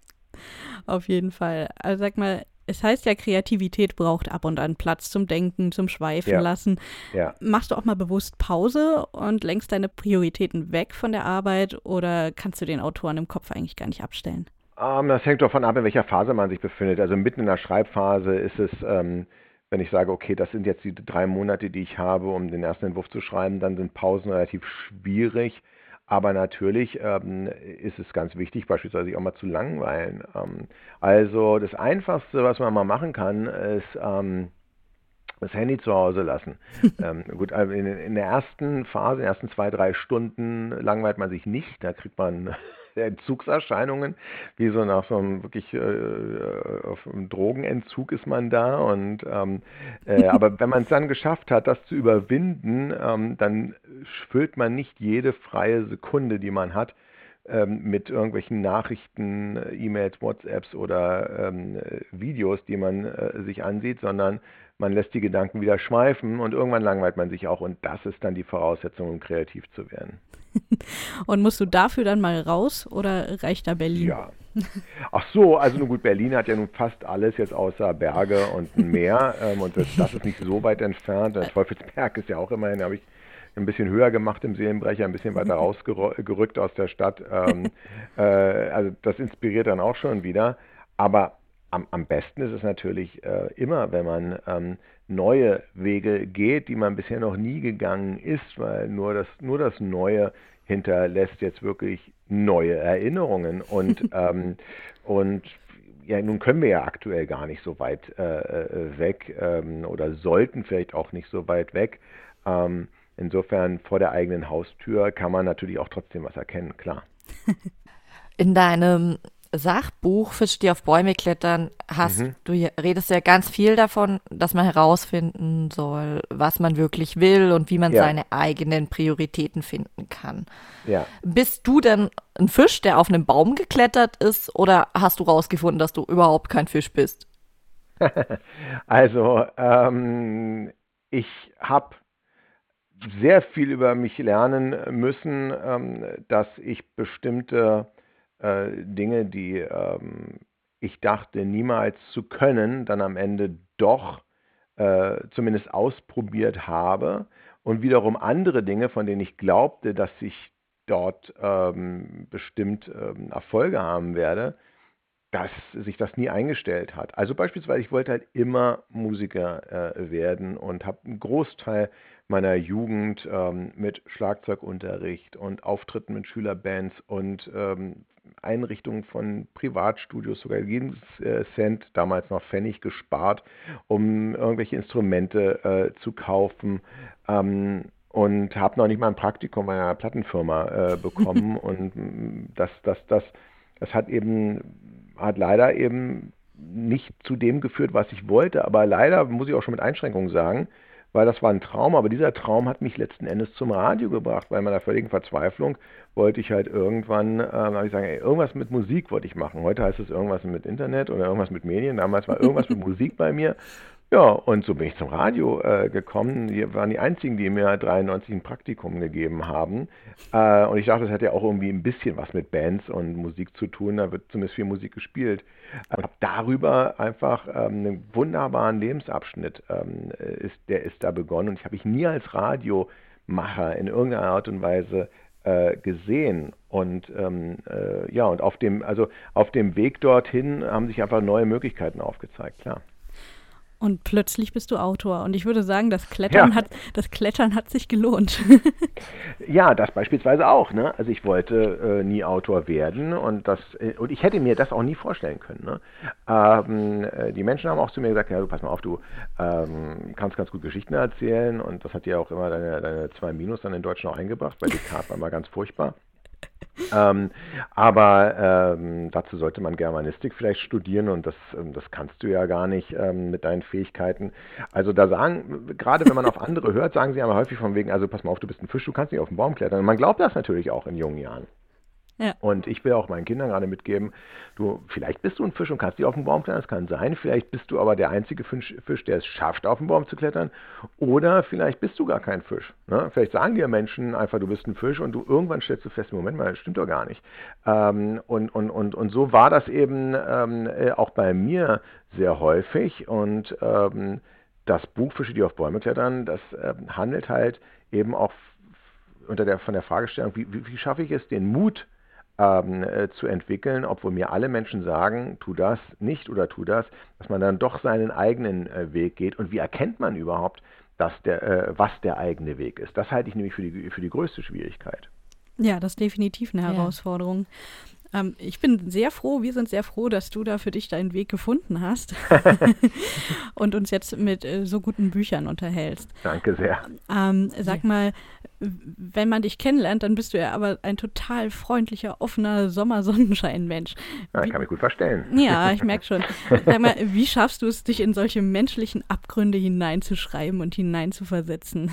Auf jeden Fall. Also sag mal, es heißt ja, Kreativität braucht ab und an Platz zum Denken, zum Schweifen ja. lassen. Ja. Machst du auch mal bewusst Pause und lenkst deine Prioritäten weg von der Arbeit oder kannst du den Autoren im Kopf eigentlich gar nicht abstellen? Um, das hängt davon ab, in welcher Phase man sich befindet. Also mitten in der Schreibphase ist es, ähm, wenn ich sage, okay, das sind jetzt die drei Monate, die ich habe, um den ersten Entwurf zu schreiben, dann sind Pausen relativ schwierig. Aber natürlich ähm, ist es ganz wichtig, beispielsweise sich auch mal zu langweilen. Ähm, also das Einfachste, was man mal machen kann, ist ähm, das Handy zu Hause lassen. ähm, gut, also in, in der ersten Phase, in den ersten zwei, drei Stunden langweilt man sich nicht. Da kriegt man Entzugserscheinungen, wie so nach so einem wirklich äh, auf einem Drogenentzug ist man da und ähm, äh, aber wenn man es dann geschafft hat, das zu überwinden, ähm, dann füllt man nicht jede freie Sekunde, die man hat, ähm, mit irgendwelchen Nachrichten, E-Mails, WhatsApps oder ähm, Videos, die man äh, sich ansieht, sondern man lässt die Gedanken wieder schweifen und irgendwann langweilt man sich auch und das ist dann die Voraussetzung, um kreativ zu werden. Und musst du dafür dann mal raus oder reicht da Berlin? Ja. Ach so, also nun gut, Berlin hat ja nun fast alles jetzt außer Berge und ein Meer ähm, und das, das ist nicht so weit entfernt. Der Teufelsberg ist ja auch immerhin, habe ich ein bisschen höher gemacht im Seelenbrecher, ein bisschen weiter rausgerückt aus der Stadt. Ähm, äh, also das inspiriert dann auch schon wieder. Aber am, am besten ist es natürlich äh, immer, wenn man ähm, neue Wege geht, die man bisher noch nie gegangen ist, weil nur das, nur das Neue hinterlässt jetzt wirklich neue Erinnerungen. Und, ähm, und ja, nun können wir ja aktuell gar nicht so weit äh, weg ähm, oder sollten vielleicht auch nicht so weit weg. Ähm, insofern vor der eigenen Haustür kann man natürlich auch trotzdem was erkennen, klar. In deinem Sachbuch Fische, die auf Bäume klettern, hast Mhm. du ja- redest ja ganz viel davon, dass man herausfinden soll, was man wirklich will und wie man Ja. seine eigenen Prioritäten finden kann. Ja. Bist du denn ein Fisch, der auf einem Baum geklettert ist, oder hast du rausgefunden, dass du überhaupt kein Fisch bist? Also, ähm, ich habe sehr viel über mich lernen müssen, ähm, dass ich bestimmte äh, Dinge, die ähm, ich dachte niemals zu können, dann am Ende doch äh, zumindest ausprobiert habe und wiederum andere Dinge, von denen ich glaubte, dass ich dort ähm, bestimmt ähm, Erfolge haben werde, dass sich das nie eingestellt hat. Also beispielsweise, ich wollte halt immer Musiker äh, werden und habe einen Großteil meiner Jugend ähm, mit Schlagzeugunterricht und Auftritten mit Schülerbands und ähm, Einrichtungen von Privatstudios, sogar jeden äh, Cent, damals noch Pfennig, gespart, um irgendwelche Instrumente äh, zu kaufen. Ähm, und habe noch nicht mal ein Praktikum bei einer Plattenfirma äh, bekommen. Und mm, das, das, das, das hat eben, hat leider eben nicht zu dem geführt, was ich wollte. Aber leider muss ich auch schon mit Einschränkungen sagen, weil das war ein Traum. Aber dieser Traum hat mich letzten Endes zum Radio gebracht. Bei meiner völligen Verzweiflung wollte ich halt irgendwann, äh, habe ich sagen, ey, irgendwas mit Musik wollte ich machen. Heute heißt es irgendwas mit Internet oder irgendwas mit Medien. Damals war irgendwas mit Musik bei mir. Ja, und so bin ich zum Radio äh, gekommen. Die waren die einzigen, die mir dreiundneunzig ein Praktikum gegeben haben. Äh, und ich dachte, das hat ja auch irgendwie ein bisschen was mit Bands und Musik zu tun. Da wird zumindest viel Musik gespielt. Und habe darüber einfach ähm, einen wunderbaren Lebensabschnitt, ähm, ist, der ist da begonnen. Und ich habe mich nie als Radiomacher in irgendeiner Art und Weise äh, gesehen. Und ähm, äh, ja, und auf dem, also auf dem Weg dorthin haben sich einfach neue Möglichkeiten aufgezeigt, klar. Und plötzlich bist du Autor. Und ich würde sagen, das Klettern, Ja. hat, das Klettern hat sich gelohnt. Ja, das beispielsweise auch, ne? Also ich wollte äh, nie Autor werden und das äh, und ich hätte mir das auch nie vorstellen können, ne? Ähm, äh, die Menschen haben auch zu mir gesagt, ja, du pass mal auf, du ähm, kannst ganz gut Geschichten erzählen und das hat dir auch immer deine, deine zwei Minus dann in Deutsch noch eingebracht, weil Descartes war immer ganz furchtbar. Ähm, aber ähm, dazu sollte man Germanistik vielleicht studieren und das, ähm, das kannst du ja gar nicht ähm, mit deinen Fähigkeiten. Also da sagen, gerade wenn man auf andere hört, sagen sie aber häufig von wegen, also pass mal auf, du bist ein Fisch, du kannst nicht auf den Baum klettern. Und man glaubt das natürlich auch in jungen Jahren. Ja. Und ich will auch meinen Kindern gerade mitgeben, du, vielleicht bist du ein Fisch und kannst nicht auf den Baum klettern, das kann sein, vielleicht bist du aber der einzige Fisch, Fisch der es schafft, auf den Baum zu klettern, oder vielleicht bist du gar kein Fisch. Ne? Vielleicht sagen dir Menschen einfach, du bist ein Fisch und du irgendwann stellst du fest, Moment mal, das stimmt doch gar nicht. Ähm, und, und, und, und so war das eben ähm, äh, auch bei mir sehr häufig und ähm, das Buch Fische, die auf Bäume klettern, das äh, handelt halt eben auch unter der, von der Fragestellung, wie, wie, wie schaffe ich es, den Mut ähm, äh, zu entwickeln, obwohl mir alle Menschen sagen, tu das nicht oder tu das, dass man dann doch seinen eigenen äh, Weg geht. Und wie erkennt man überhaupt, dass der, äh, was der eigene Weg ist? Das halte ich nämlich für die, für die größte Schwierigkeit. Ja, das ist definitiv eine Ja. Herausforderung. Ähm, ich bin sehr froh, wir sind sehr froh, dass du da für dich deinen Weg gefunden hast und uns jetzt mit äh, so guten Büchern unterhältst. Danke sehr. Ähm, sag mal, wenn man dich kennenlernt, dann bist du ja aber ein total freundlicher, offener Sommersonnenschein-Mensch. Ja, Wie- kann mich gut verstellen. Ja, ich merke schon. Sag mal, wie schaffst du es, dich in solche menschlichen Abgründe hineinzuschreiben und hineinzuversetzen?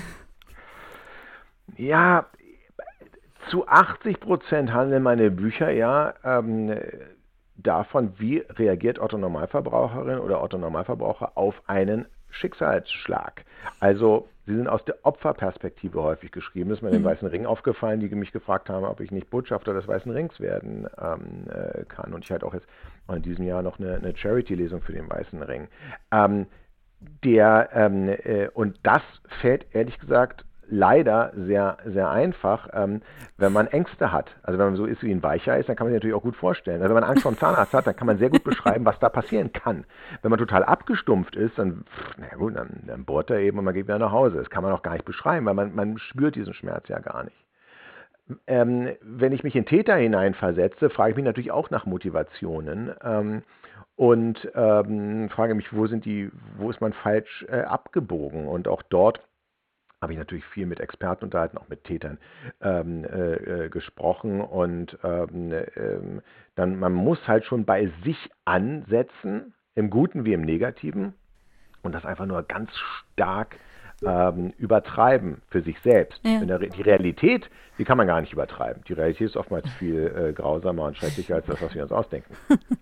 Ja, zu achtzig Prozent handeln meine Bücher ja ähm, davon, wie reagiert Otto Normalverbraucherin oder Otto Normalverbraucher auf einen Schicksalsschlag. Also sie sind aus der Opferperspektive häufig geschrieben. Das ist mir Mhm. den Weißen Ring aufgefallen, die mich gefragt haben, ob ich nicht Botschafter des Weißen Rings werden ähm, äh, kann. Und ich hatte auch jetzt in diesem Jahr noch eine, eine Charity-Lesung für den Weißen Ring. Ähm, der ähm, äh, und das fällt ehrlich gesagt leider sehr, sehr einfach, ähm, wenn man Ängste hat. Also wenn man so ist wie ein Weichei, dann kann man sich natürlich auch gut vorstellen. Also wenn man Angst vor dem Zahnarzt hat, dann kann man sehr gut beschreiben, was da passieren kann. Wenn man total abgestumpft ist, dann, pff, na gut, dann, dann bohrt er eben und man geht wieder nach Hause. Das kann man auch gar nicht beschreiben, weil man, man spürt diesen Schmerz ja gar nicht. Ähm, wenn ich mich in Täter hineinversetze, frage ich mich natürlich auch nach Motivationen. Ähm, und ähm, frage mich, wo sind die, wo ist man falsch äh, abgebogen? Und auch dort habe ich natürlich viel mit Experten unterhalten, auch mit Tätern ähm, äh, gesprochen. Und ähm, ähm, dann, man muss halt schon bei sich ansetzen, im Guten wie im Negativen, und das einfach nur ganz stark ähm, übertreiben für sich selbst. Ja. In der Re- die Realität, die kann man gar nicht übertreiben. Die Realität ist oftmals viel äh, grausamer und schrecklicher als das, was wir uns ausdenken.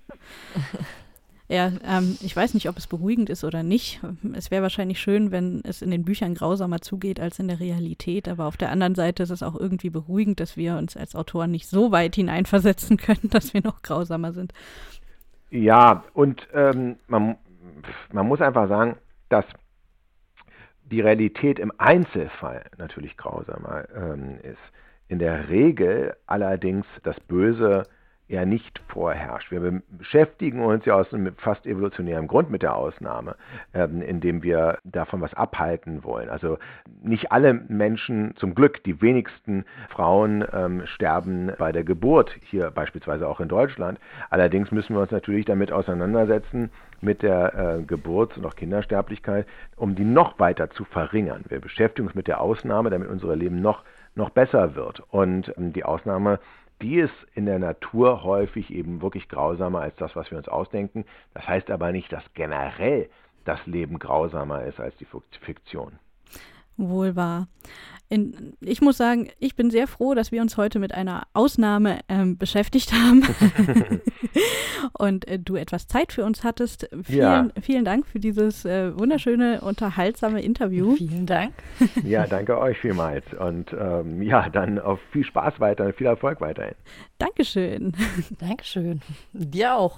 Ja, ähm, ich weiß nicht, ob es beruhigend ist oder nicht. Es wäre wahrscheinlich schön, wenn es in den Büchern grausamer zugeht als in der Realität. Aber auf der anderen Seite ist es auch irgendwie beruhigend, dass wir uns als Autoren nicht so weit hineinversetzen können, dass wir noch grausamer sind. Ja, und ähm, man, man muss einfach sagen, dass die Realität im Einzelfall natürlich grausamer ähm, ist. In der Regel allerdings das Böse ja nicht vorherrscht. Wir beschäftigen uns ja aus einem fast evolutionären Grund mit der Ausnahme, ähm, indem wir davon was abhalten wollen. Also nicht alle Menschen, zum Glück, die wenigsten Frauen ähm, sterben bei der Geburt, hier beispielsweise auch in Deutschland. Allerdings müssen wir uns natürlich damit auseinandersetzen, mit der äh, Geburts- und auch Kindersterblichkeit, um die noch weiter zu verringern. Wir beschäftigen uns mit der Ausnahme, damit unser Leben noch, noch besser wird. Und ähm, die Ausnahme, die ist in der Natur häufig eben wirklich grausamer als das, was wir uns ausdenken. Das heißt aber nicht, dass generell das Leben grausamer ist als die Fiktion. Wohl wahr. In, ich muss sagen, ich bin sehr froh, dass wir uns heute mit einer Ausnahme ähm, beschäftigt haben und äh, du etwas Zeit für uns hattest. Vielen, Ja. vielen Dank für dieses äh, wunderschöne, unterhaltsame Interview. Vielen Dank. Ja, danke euch vielmals. Und ähm, ja, dann auf viel Spaß weiter, viel Erfolg weiterhin. Dankeschön. Dankeschön. Dir auch.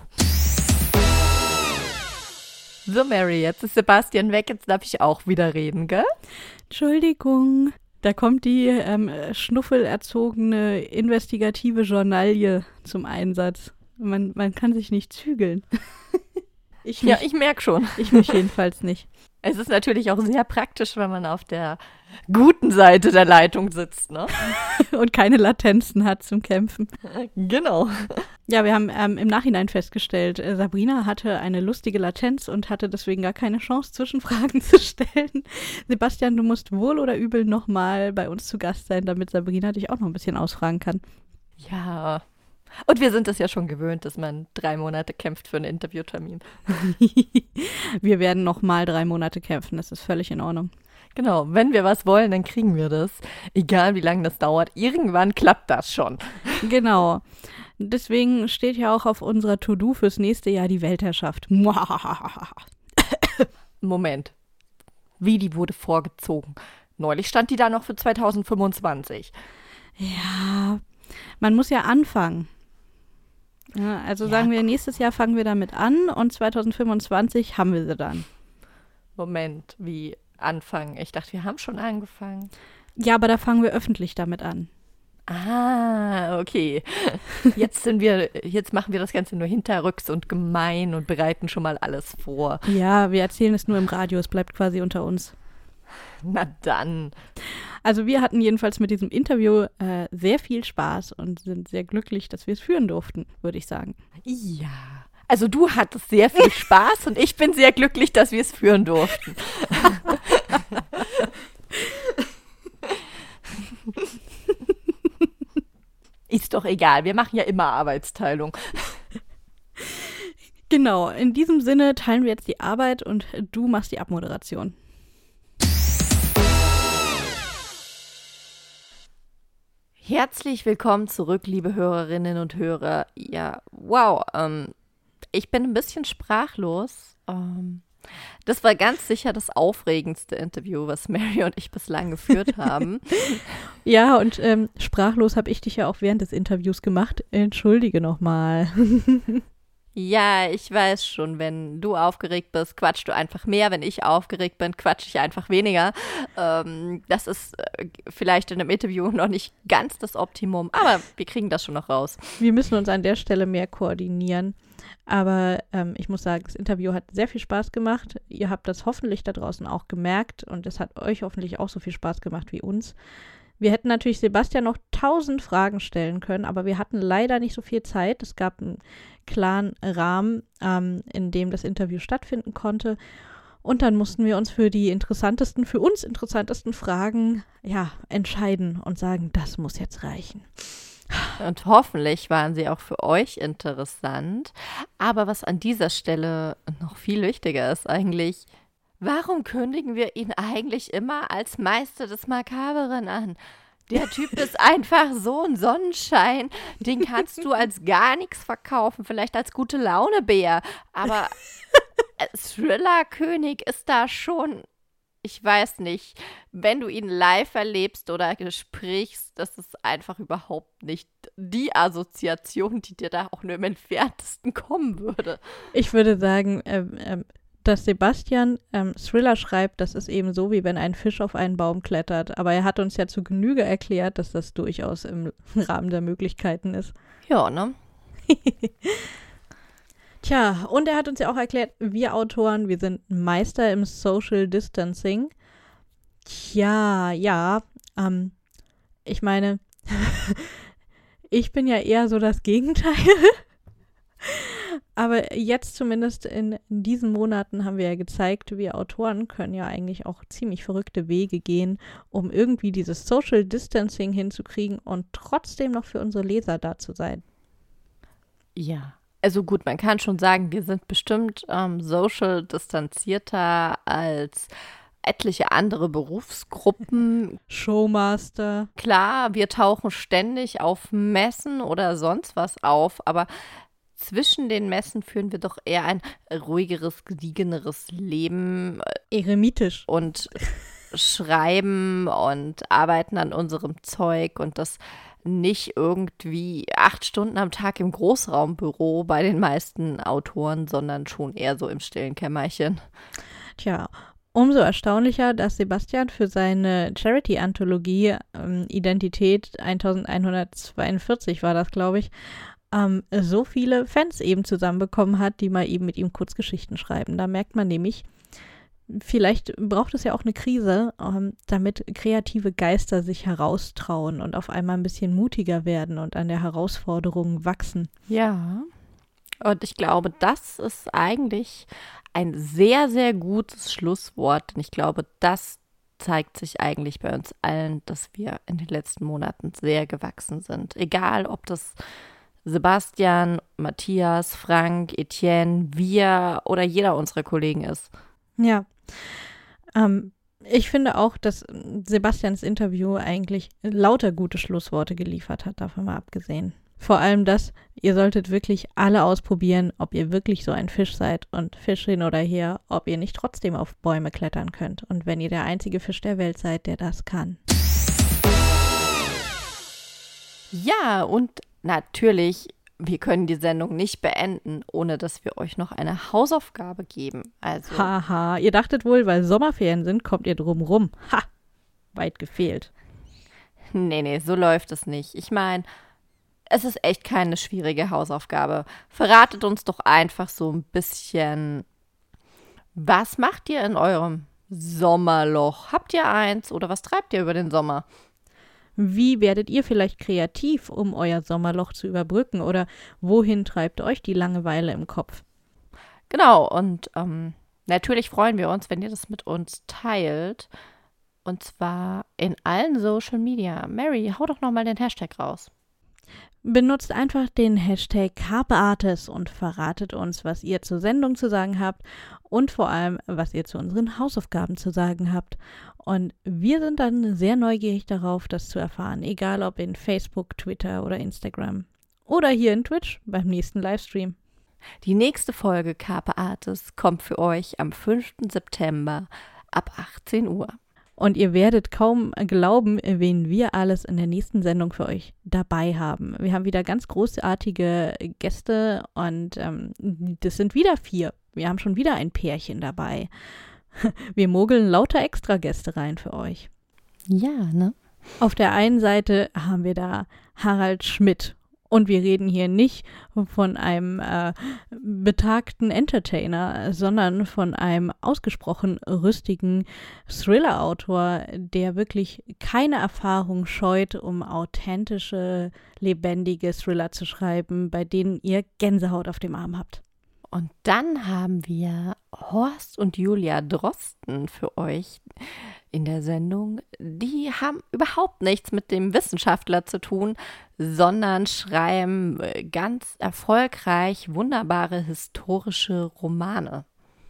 So, Mary, jetzt ist Sebastian weg, jetzt darf ich auch wieder reden, gell? Entschuldigung. Da kommt die ähm, schnuffelerzogene investigative Journalie zum Einsatz. Man, man kann sich nicht zügeln. Ich mich, Ja, ich merke schon. ich mich jedenfalls nicht. Es ist natürlich auch sehr praktisch, wenn man auf der guten Seite der Leitung sitzt, ne? Und keine Latenzen hat zum Kämpfen. Genau. Ja, wir haben ähm, im Nachhinein festgestellt, äh, Sabrina hatte eine lustige Latenz und hatte deswegen gar keine Chance, Zwischenfragen zu stellen. Sebastian, du musst wohl oder übel nochmal bei uns zu Gast sein, damit Sabrina dich auch noch ein bisschen ausfragen kann. Ja. Und wir sind es ja schon gewöhnt, dass man drei Monate kämpft für einen Interviewtermin. Wir werden nochmal drei Monate kämpfen, das ist völlig in Ordnung. Genau, wenn wir was wollen, dann kriegen wir das. Egal wie lange das dauert, irgendwann klappt das schon. Genau. Deswegen steht ja auch auf unserer To-Do fürs nächste Jahr die Weltherrschaft. Moment. Wie, die wurde vorgezogen? Neulich stand die da noch für zweitausendfünfundzwanzig. Ja, man muss ja anfangen. Ja, also Ja. sagen wir, nächstes Jahr fangen wir damit an und zweitausendfünfundzwanzig haben wir sie dann. Moment, wie anfangen? Ich dachte, wir haben schon angefangen. Ja, aber da fangen wir öffentlich damit an. Ah, okay. Jetzt sind wir, jetzt machen wir das Ganze nur hinterrücks und gemein und bereiten schon mal alles vor. Ja, wir erzählen es nur im Radio, es bleibt quasi unter uns. Na dann. Also wir hatten jedenfalls mit diesem Interview äh, sehr viel Spaß und sind sehr glücklich, dass wir es führen durften, würde ich sagen. Ja. Also du hattest sehr viel Spaß und ich bin sehr glücklich, dass wir es führen durften. Ist doch egal, wir machen ja immer Arbeitsteilung. Genau, in diesem Sinne teilen wir jetzt die Arbeit und du machst die Abmoderation. Herzlich willkommen zurück, liebe Hörerinnen und Hörer. Ja, wow, ähm, ich bin ein bisschen sprachlos. Ähm, das war ganz sicher das aufregendste Interview, was Mary und ich bislang geführt haben. Ja, und ähm, sprachlos habe ich dich ja auch während des Interviews gemacht. Entschuldige nochmal. Ja, ich weiß schon, wenn du aufgeregt bist, quatschst du einfach mehr. Wenn ich aufgeregt bin, quatsch ich einfach weniger. Ähm, das ist äh, vielleicht in einem Interview noch nicht ganz das Optimum, aber wir kriegen das schon noch raus. Wir müssen uns an der Stelle mehr koordinieren. Aber ähm, ich muss sagen, das Interview hat sehr viel Spaß gemacht. Ihr habt das hoffentlich da draußen auch gemerkt und es hat euch hoffentlich auch so viel Spaß gemacht wie uns. Wir hätten natürlich Sebastian noch tausend Fragen stellen können, aber wir hatten leider nicht so viel Zeit. Es gab einen klaren Rahmen, ähm, in dem das Interview stattfinden konnte. Und dann mussten wir uns für die interessantesten, für uns interessantesten Fragen, ja, entscheiden und sagen, das muss jetzt reichen. Und hoffentlich waren sie auch für euch interessant. Aber was an dieser Stelle noch viel wichtiger ist eigentlich, warum kündigen wir ihn eigentlich immer als Meister des Makaberen an? Der Typ ist einfach so ein Sonnenschein, den kannst du als gar nichts verkaufen, vielleicht als gute Laune-Bär, aber Thriller-König ist da schon, ich weiß nicht, wenn du ihn live erlebst oder sprichst, das ist einfach überhaupt nicht die Assoziation, die dir da auch nur im Entferntesten kommen würde. Ich würde sagen, ähm, ähm, dass Sebastian ähm, Thriller schreibt, das ist eben so, wie wenn ein Fisch auf einen Baum klettert. Aber er hat uns ja zu Genüge erklärt, dass das durchaus im Rahmen der Möglichkeiten ist. Ja, ne? Tja, und er hat uns ja auch erklärt, wir Autoren, wir sind Meister im Social Distancing. Tja, ja, ähm, ich meine, ich bin ja eher so das Gegenteil. Aber jetzt zumindest in, in diesen Monaten haben wir ja gezeigt, wir Autoren können ja eigentlich auch ziemlich verrückte Wege gehen, um irgendwie dieses Social Distancing hinzukriegen und trotzdem noch für unsere Leser da zu sein. Ja, also gut, man kann schon sagen, wir sind bestimmt ähm, social distanzierter als etliche andere Berufsgruppen. Showmaster. Klar, wir tauchen ständig auf Messen oder sonst was auf, aber zwischen den Messen führen wir doch eher ein ruhigeres, gediegeneres Leben. Eremitisch. Und schreiben und arbeiten an unserem Zeug und das nicht irgendwie acht Stunden am Tag im Großraumbüro bei den meisten Autoren, sondern schon eher so im stillen Kämmerchen. Tja, umso erstaunlicher, dass Sebastian für seine Charity-Anthologie ähm, Identität elfhundertzweiundvierzig war das, glaube ich, ähm, so viele Fans eben zusammenbekommen hat, die mal eben mit ihm Kurzgeschichten schreiben. Da merkt man nämlich, vielleicht braucht es ja auch eine Krise, ähm, damit kreative Geister sich heraustrauen und auf einmal ein bisschen mutiger werden und an der Herausforderung wachsen. Ja, und ich glaube, das ist eigentlich ein sehr, sehr gutes Schlusswort. Und ich glaube, das zeigt sich eigentlich bei uns allen, dass wir in den letzten Monaten sehr gewachsen sind. Egal, ob das Sebastian, Matthias, Frank, Etienne, wir oder jeder unserer Kollegen ist. Ja, ähm, ich finde auch, dass Sebastians Interview eigentlich lauter gute Schlussworte geliefert hat, davon mal abgesehen. Vor allem das, ihr solltet wirklich alle ausprobieren, ob ihr wirklich so ein Fisch seid und Fisch hin oder her, ob ihr nicht trotzdem auf Bäume klettern könnt und wenn ihr der einzige Fisch der Welt seid, der das kann. Ja, und natürlich, wir können die Sendung nicht beenden, ohne dass wir euch noch eine Hausaufgabe geben. Also, Haha, ihr dachtet wohl, weil Sommerferien sind, kommt ihr drum rum. Ha, weit gefehlt. Nee, nee, so läuft es nicht. Ich meine, es ist echt keine schwierige Hausaufgabe. Verratet uns doch einfach so ein bisschen, was macht ihr in eurem Sommerloch? Habt ihr eins oder was treibt ihr über den Sommer? Wie werdet ihr vielleicht kreativ, um euer Sommerloch zu überbrücken? Oder wohin treibt euch die Langeweile im Kopf? Genau, und ähm, natürlich freuen wir uns, wenn ihr das mit uns teilt. Und zwar in allen Social Media. Mary, hau doch nochmal den Hashtag raus. Benutzt einfach den Hashtag CarpeArtis und verratet uns, was ihr zur Sendung zu sagen habt und vor allem, was ihr zu unseren Hausaufgaben zu sagen habt. Und wir sind dann sehr neugierig darauf, das zu erfahren, egal ob in Facebook, Twitter oder Instagram. Oder hier in Twitch beim nächsten Livestream. Die nächste Folge CarpeArtis kommt für euch am fünften September ab achtzehn Uhr. Und ihr werdet kaum glauben, wen wir alles in der nächsten Sendung für euch dabei haben. Wir haben wieder ganz großartige Gäste und ähm, das sind wieder vier. Wir haben schon wieder ein Pärchen dabei. Wir mogeln lauter Extragäste rein für euch. Ja, ne? Auf der einen Seite haben wir da Harald Schmidt. Und wir reden hier nicht von einem äh, betagten Entertainer, sondern von einem ausgesprochen rüstigen Thriller-Autor, der wirklich keine Erfahrung scheut, um authentische, lebendige Thriller zu schreiben, bei denen ihr Gänsehaut auf dem Arm habt. Und dann haben wir Horst und Julia Drosten für euch in der Sendung. Die haben überhaupt nichts mit dem Wissenschaftler zu tun, sondern schreiben ganz erfolgreich wunderbare historische Romane.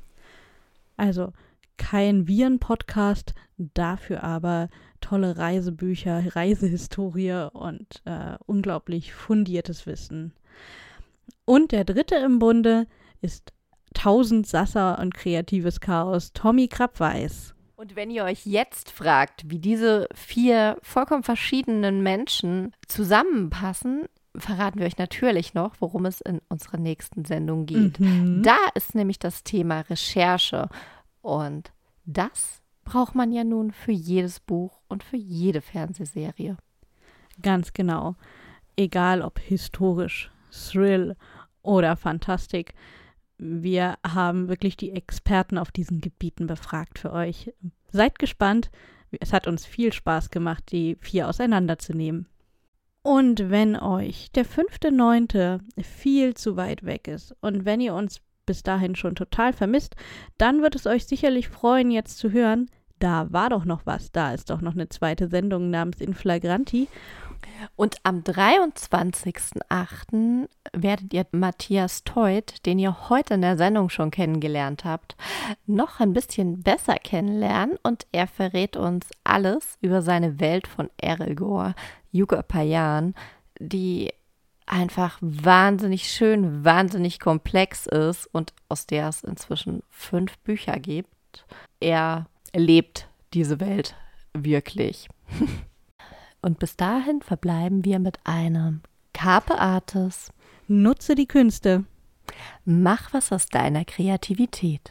Also kein Viren-Podcast, dafür aber tolle Reisebücher, Reisehistorie und äh, unglaublich fundiertes Wissen. Und der dritte im Bunde ist tausend Sasser und kreatives Chaos, Tommy Krabweis. Und wenn ihr euch jetzt fragt, wie diese vier vollkommen verschiedenen Menschen zusammenpassen, verraten wir euch natürlich noch, worum es in unserer nächsten Sendung geht. Mhm. Da ist nämlich das Thema Recherche. Und das braucht man ja nun für jedes Buch und für jede Fernsehserie. Ganz genau. Egal ob historisch, Thrill oder Fantastik. Wir haben wirklich die Experten auf diesen Gebieten befragt für euch. Seid gespannt. Es hat uns viel Spaß gemacht, die vier auseinanderzunehmen. Und wenn euch der fünfte neunte viel zu weit weg ist und wenn ihr uns bis dahin schon total vermisst, dann wird es euch sicherlich freuen, jetzt zu hören, da war doch noch was, da ist doch noch eine zweite Sendung namens In Flagranti. Und am dreiundzwanzigsten achten werdet ihr Matthias Teut, den ihr heute in der Sendung schon kennengelernt habt, noch ein bisschen besser kennenlernen und er verrät uns alles über seine Welt von Eregor, Yucca-Payan, die einfach wahnsinnig schön, wahnsinnig komplex ist und aus der es inzwischen fünf Bücher gibt. Er lebt diese Welt wirklich. Und bis dahin verbleiben wir mit einem Carpe Artis. Nutze die Künste. Mach was aus deiner Kreativität.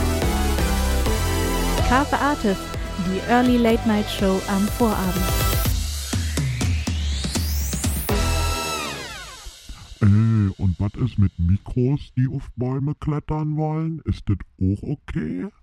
Carpe Artis, die Early Late Night Show am Vorabend. Äh, und was ist mit Mikros, die auf Bäume klettern wollen? Ist das auch okay?